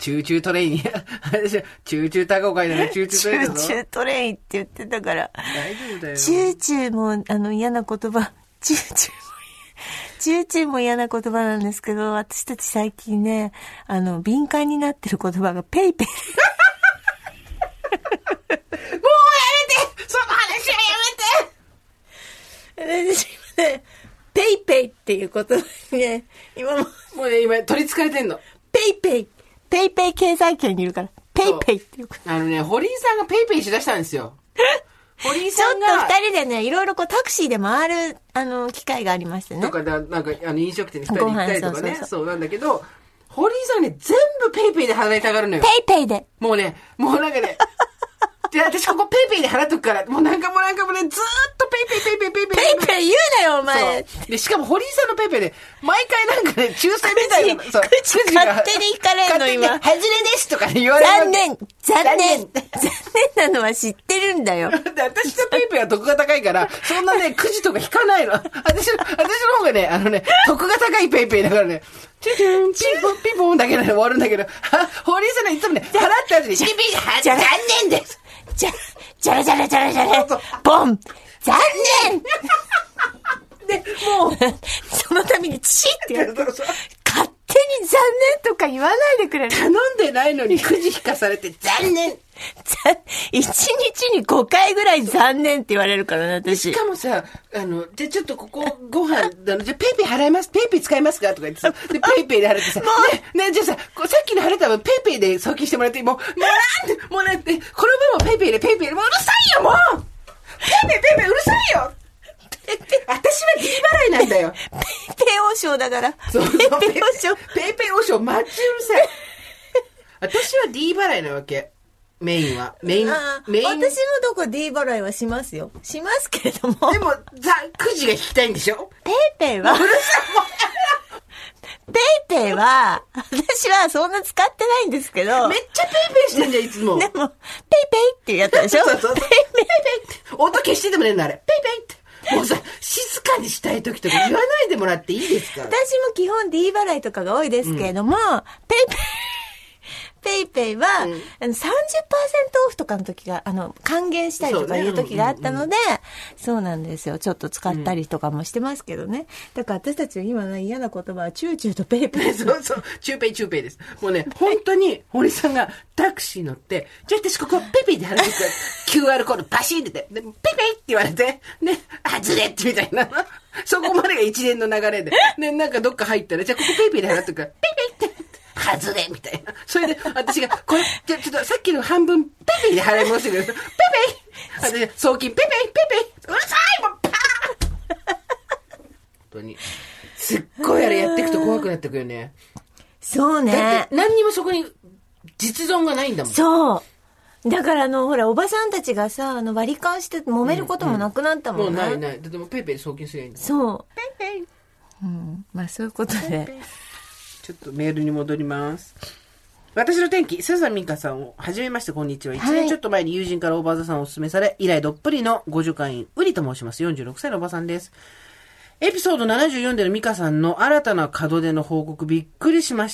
チューチュートレイン。私はチューチュータコ会だね。チューチュートレインだぞ。 チューチュートレインって言ってたから。 大丈夫だよ。 チューチューもあの嫌な言葉。チューチューもチューチューも嫌な言葉なんですけど、私たち最近ね、あの敏感になってる言葉がペイペイ。もうやめて、その話はやめて。 私今ね、ペイペイっていう言葉にね、今ももうね今取り憑かれてんの。 ペイペイ、ペイペイ経済圏にいるからペイペイっていうか。 あのね、堀井さんがペイペイしだしたんですよ。堀井さんがちょっと二人でね、いろいろこうタクシーで回るあの機会がありましてね。 とかだなんかあの飲食店に二人で行ったりとかね、そうそうそうそうなんだけど、堀井さんね全部ペイペイで払いたがるのよ。 ペイペイで。 もうね、もうなんかね。で、私ここペイペイで払っとくから、もうなんかもうなんかもうね、ずーっとペイペイペイペイペイペイ。 ペイペイ言うなよ、お前。 で、しかも堀井さんのペイペイで、毎回なんかね、抽選みたいな。 そう。口勝手に引かれるの今。 外れですとか言われる。 残念残念残念なのは知ってるんだよ。 で、私のペイペイは得が高いから、そんなね、くじとか引かないの。私の、私の方がね、あのね、得が高いペイペイだからね、チュチュン、ピンポン、ピンポンだけで終わるんだけど、堀井さんね、いつもね、払った後に、ピンピン、残念ですじゃ、じゃらじゃらじゃらじゃら、ボン残念で、もう、そのためにチッってやると、勝手に残念とか言わないでくれる。頼んでないのにくじ引かされて、残念一日にごかいぐらい残念って言われるからね、私。 しかもさ、あの、じゃあちょっとここご飯、あの、じゃあペイペイ払います、ペイペイ使いますかとか言ってさ、で、ペイペイで払ってさ、ね、ね、じゃあさ、さっきの払った分ペイペイで送金してもらって、もう、もうなんで、もうなんで、この分もペイペイでペイペイで、もううるさいよ、もうペイペイペイペイうるさいよ私は D 払いなんだよ。 ペイペイ王将だから。 そうそう、ペイペイ王将。ペイペイ王将、マジうるさい。私は D 払いなわけ。メインは。メイン、メイン。 私もどこ D 払いはしますよ。しますけれども。 でも、ざ、くじが引きたいんでしょ？ ペイペイは。うるさいペイペイは、私はそんな使ってないんですけど。 めっちゃペイペイしてんじゃん、いつも。 でも、ペイペイっていうやつでしょ？ そうそうそう。ペイペイペイって。音消してでもねえんだ、あれ。ペイペイって。もうさ、静かにしたい時とか言わないでもらっていいですか？ 私も基本 D 払いとかが多いですけれども、うん、ペイペイ、ペイペイは、うん、あの さんじゅっパーセント オフとかの時が、あの、還元したりとかいう時があったので、そうね、うんうんうん、そうなんですよ。ちょっと使ったりとかもしてますけどね。だから私たちは今の嫌な言葉はチューチューとペイペイ。 そうそう、チューペイチューペイです。もうね、本当に堀さんがタクシー乗って、じゃあ私ここペイペイで払ってくから、キューアール コードバシーンって、で、ペイペイって言われて、ね、あ、ずれってみたいな。そこまでが一連の流れで。で、なんかどっか入ったら、じゃあここペイペイで払ってくから、ペイペイって。外れみたいな。それで、私が、これ、じゃちょっとさっきの半分、ペイペイで払い戻してくれる。ペイペイ私、送金、ペイペイペイペイうるさいもうパーン本当に。すっごいあれやっていくと怖くなってくよね。 そうね。 だって何にもそこに実存がないんだもん。 そう。だからあの、ほら、おばさんたちがさ、あの、割り勘して揉めることもなくなったもんね。 うんうん、もうないない。だってもうペイペイで送金すりゃいいんだもん。 そう。 ペイペイ。 うん。まあそういうことで。ペイペイちょっとメールに戻ります。私の天気、スーザンミンカさんを、はじめまして、こんにちは。一年ちょっと前に友人からオーバーザさんをお勧めされ、以来どっぷりのご助会員、ウリと申します。よんじゅうろくさいのおばさんです。エピソードななじゅうよんでのミカさんの新たな門出の報告、びっくりしました。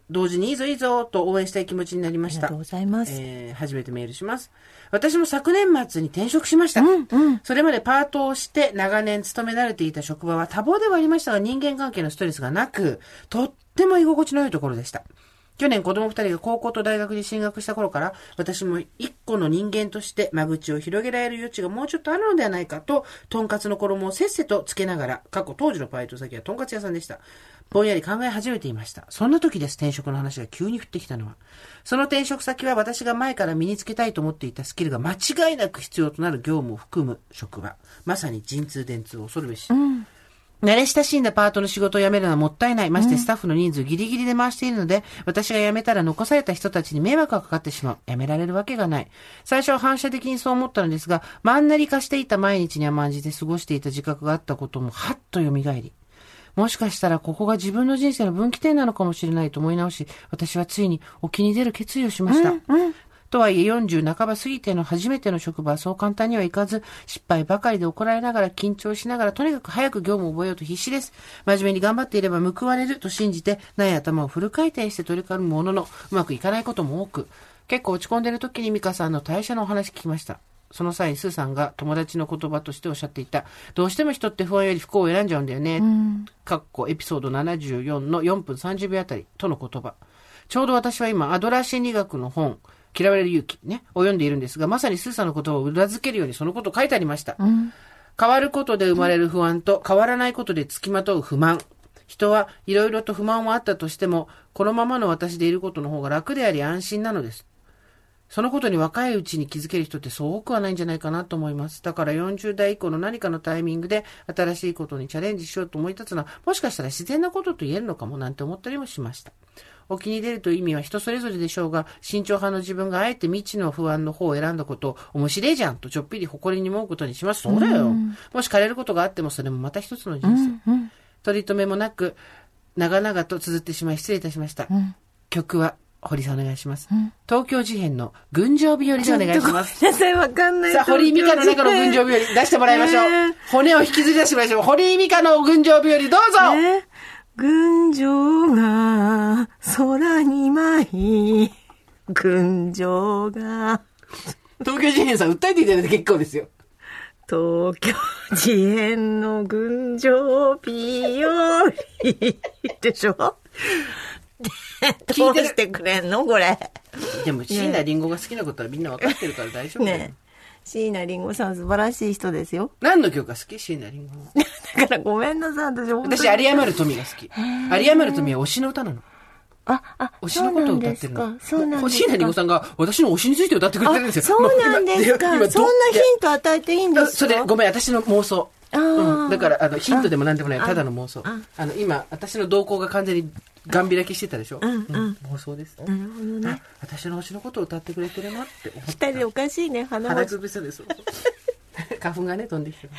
同時にいいぞいいぞと応援したい気持ちになりました。 ありがとうございます。 えー、初めてメールします。私も昨年末に転職しました。 うんうん、 それまでパートをして長年勤め慣れていた職場は多忙ではありましたが、人間関係のストレスがなく、とっても居心地の良いところでした。去年子供二人が高校と大学に進学した頃から、私も一個の人間として間口を広げられる余地がもうちょっとあるのではないかと、とんかつの衣をせっせとつけながら、過去当時のバイト先はとんかつ屋さんでした。ぼんやり考え始めていました。そんな時です、転職の話が急に降ってきたのは。その転職先は私が前から身につけたいと思っていたスキルが間違いなく必要となる業務を含む職場。まさに陣痛電通を恐るべし。うん慣れ親しんだパートの仕事を辞めるのはもったいない。ましてスタッフの人数ギリギリで回しているので、うん、私が辞めたら残された人たちに迷惑がかかってしまう。辞められるわけがない。最初は反射的にそう思ったのですが、マンネリ化していた毎日に甘んじて過ごしていた自覚があったこともはっと蘇り、もしかしたらここが自分の人生の分岐点なのかもしれないと思い直し、私はついに沖に出る決意をしました。うんうんとはいえよんじゅう半ば過ぎての初めての職場はそう簡単にはいかず、失敗ばかりで怒られながら緊張しながらとにかく早く業務を覚えようと必死です。真面目に頑張っていれば報われると信じて、ない頭をフル回転して取り組むものの、うまくいかないことも多く、結構落ち込んでいる時に美香さんの退社のお話聞きました。その際、スーさんが友達の言葉としておっしゃっていた、どうしても人って不安より不幸を選んじゃうんだよね。かっこエピソードななじゅうよんのよんぷんさんじゅうびょうあたりとの言葉。ちょうど私は今、アドラー心理学の本、嫌われる勇気ね、を読んでいるんですが、まさにスーさんの言葉を裏付けるようにそのことを書いてありました。うん、変わることで生まれる不安と変わらないことで付きまとう不満。人はいろいろと不満はあったとしても、このままの私でいることの方が楽であり安心なのです。そのことに若いうちに気づける人ってそう多くはないんじゃないかなと思います。だからよんじゅう代以降の何かのタイミングで新しいことにチャレンジしようと思い立つのは、もしかしたら自然なことと言えるのかもなんて思ったりもしました。沖に出るという意味は人それぞれでしょうが、慎重派の自分があえて未知の不安の方を選んだことを面白いじゃんとちょっぴり誇りに思うことにします。そうだよ。もし枯れることがあってもそれもまた一つの人生。うんうん、取り留めもなく長々と綴ってしまい失礼いたしました。うん、曲は堀さんお願いします。うん、東京事変の群青日和でお願いします。 皆さんわかんない。 さあ、堀井美香の中の群青日和出してもらいましょう。えー、骨を引きずり出してもらいましょう。堀井美香の群青日和どうぞ、えー群青が空に舞い、群青が。 東京事変さん訴えていただいて結構ですよ。 東京事変の群青日和でしょどうしてくれんのこれ。 でも椎名林檎が好きなことはみんな分かってるから大丈夫だよ。ね椎名林檎さん素晴らしい人ですよ。 何の曲が好き椎名林檎。 だからごめんなさい、私本当に。 私、有山る富が好き。有山る富は推しの歌なの。 あ、あ、 推しのことを歌ってるの。 そうなんですか。 椎名林檎さんが私の推しについて歌ってくれてるんですよ。 そうなんですか。そんなヒント与えていいんですか。 それ、ごめん、私の妄想。うん、だから、あの、ヒントでも何でもない、ただの妄想。あ, あの、今、私の動向が完全にガン開きしてたでしょ。うん、うんうん、妄想です。 なるほどね。 私の推しのことを歌ってくれてるなって思った。 二人でおかしいね、鼻鼻くびそうです。花粉がね、飛んできてます。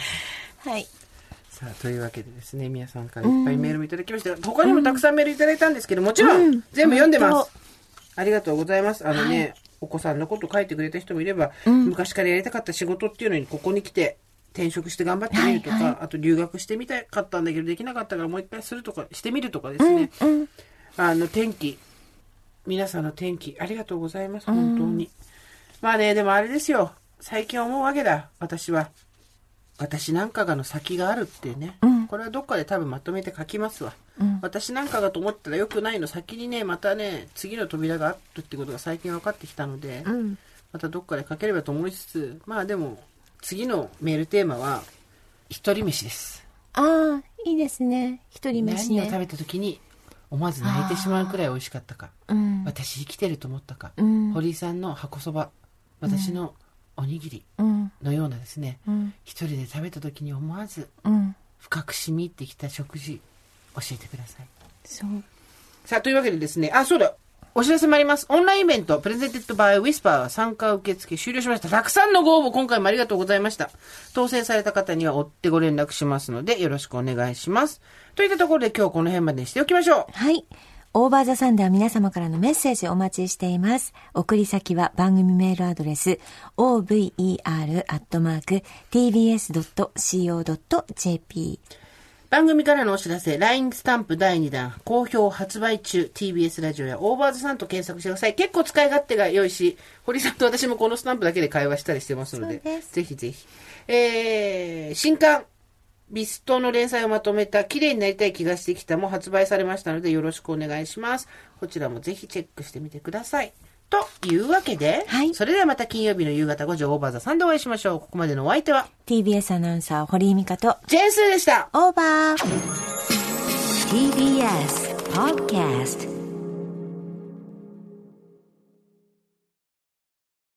はい。 さあ、というわけでですね、皆さんからいっぱいメールもいただきました。うん、他にもたくさんメールいただいたんですけど、もちろん、全部読んでます。ありがとうございます。あのね、はい、お子さんのこと書いてくれた人もいれば、うん、昔からやりたかった仕事っていうのにここに来て、転職して頑張ってみるとか、はいはい、あと留学してみたかったんだけどできなかったからもう一回するとかしてみるとかですね、うんうん、あの天気皆さんの天気ありがとうございます、本当に、うん、まあねでもあれですよ、最近思うわけだ、私は私なんかがの先があるってね、うん、これはどっかで多分まとめて書きますわ、うん、私なんかがと思ったらよくないの、先にねまたね次の扉があるってことが最近分かってきたので、うん、またどっかで書ければと思いつつ、まあでも次のメールテーマは一人飯です。 ああ、いいですね。一人飯ね。 何を食べた時に思わず泣いてしまうくらい美味しかったか、うん、私生きてると思ったか、うん、堀井さんの箱そば、私のおにぎりのようなですね、うん、一人で食べた時に思わず深く染み入ってきた食事教えてください。 そう。 さあ、というわけでですね、あ、そうだ。お知らせもあります。オンラインイベント、プレゼンテッドバイウィスパー参加受付終了しました。たくさんのご応募、今回もありがとうございました。当選された方には追ってご連絡しますので、よろしくお願いします。といったところで今日この辺までにしておきましょう。 はい。オーバーザサンでは皆様からのメッセージお待ちしています。送り先は番組メールアドレス オーブイイーアール アットマーク ティービーエス ドット シーオー ドット ジェーピー。 番組からのお知らせ、ライン スタンプだいにだん、好評発売中、ティービーエス ラジオやオーバーズさんと検索してください。結構使い勝手が良いし、堀さんと私もこのスタンプだけで会話したりしてますので、でぜひぜひ。えー、新刊、ビストの連載をまとめた綺麗になりたい気がしてきたも発売されましたのでよろしくお願いします。こちらもぜひチェックしてみてください。というわけで、はい、それではまた金曜日の夕方ごじオーバーザさんでお会いしましょう。ここまでのお相手はティービーエス アナウンサー堀井美香とジェーンスーでした。 オーバー。 ティービーエス Podcast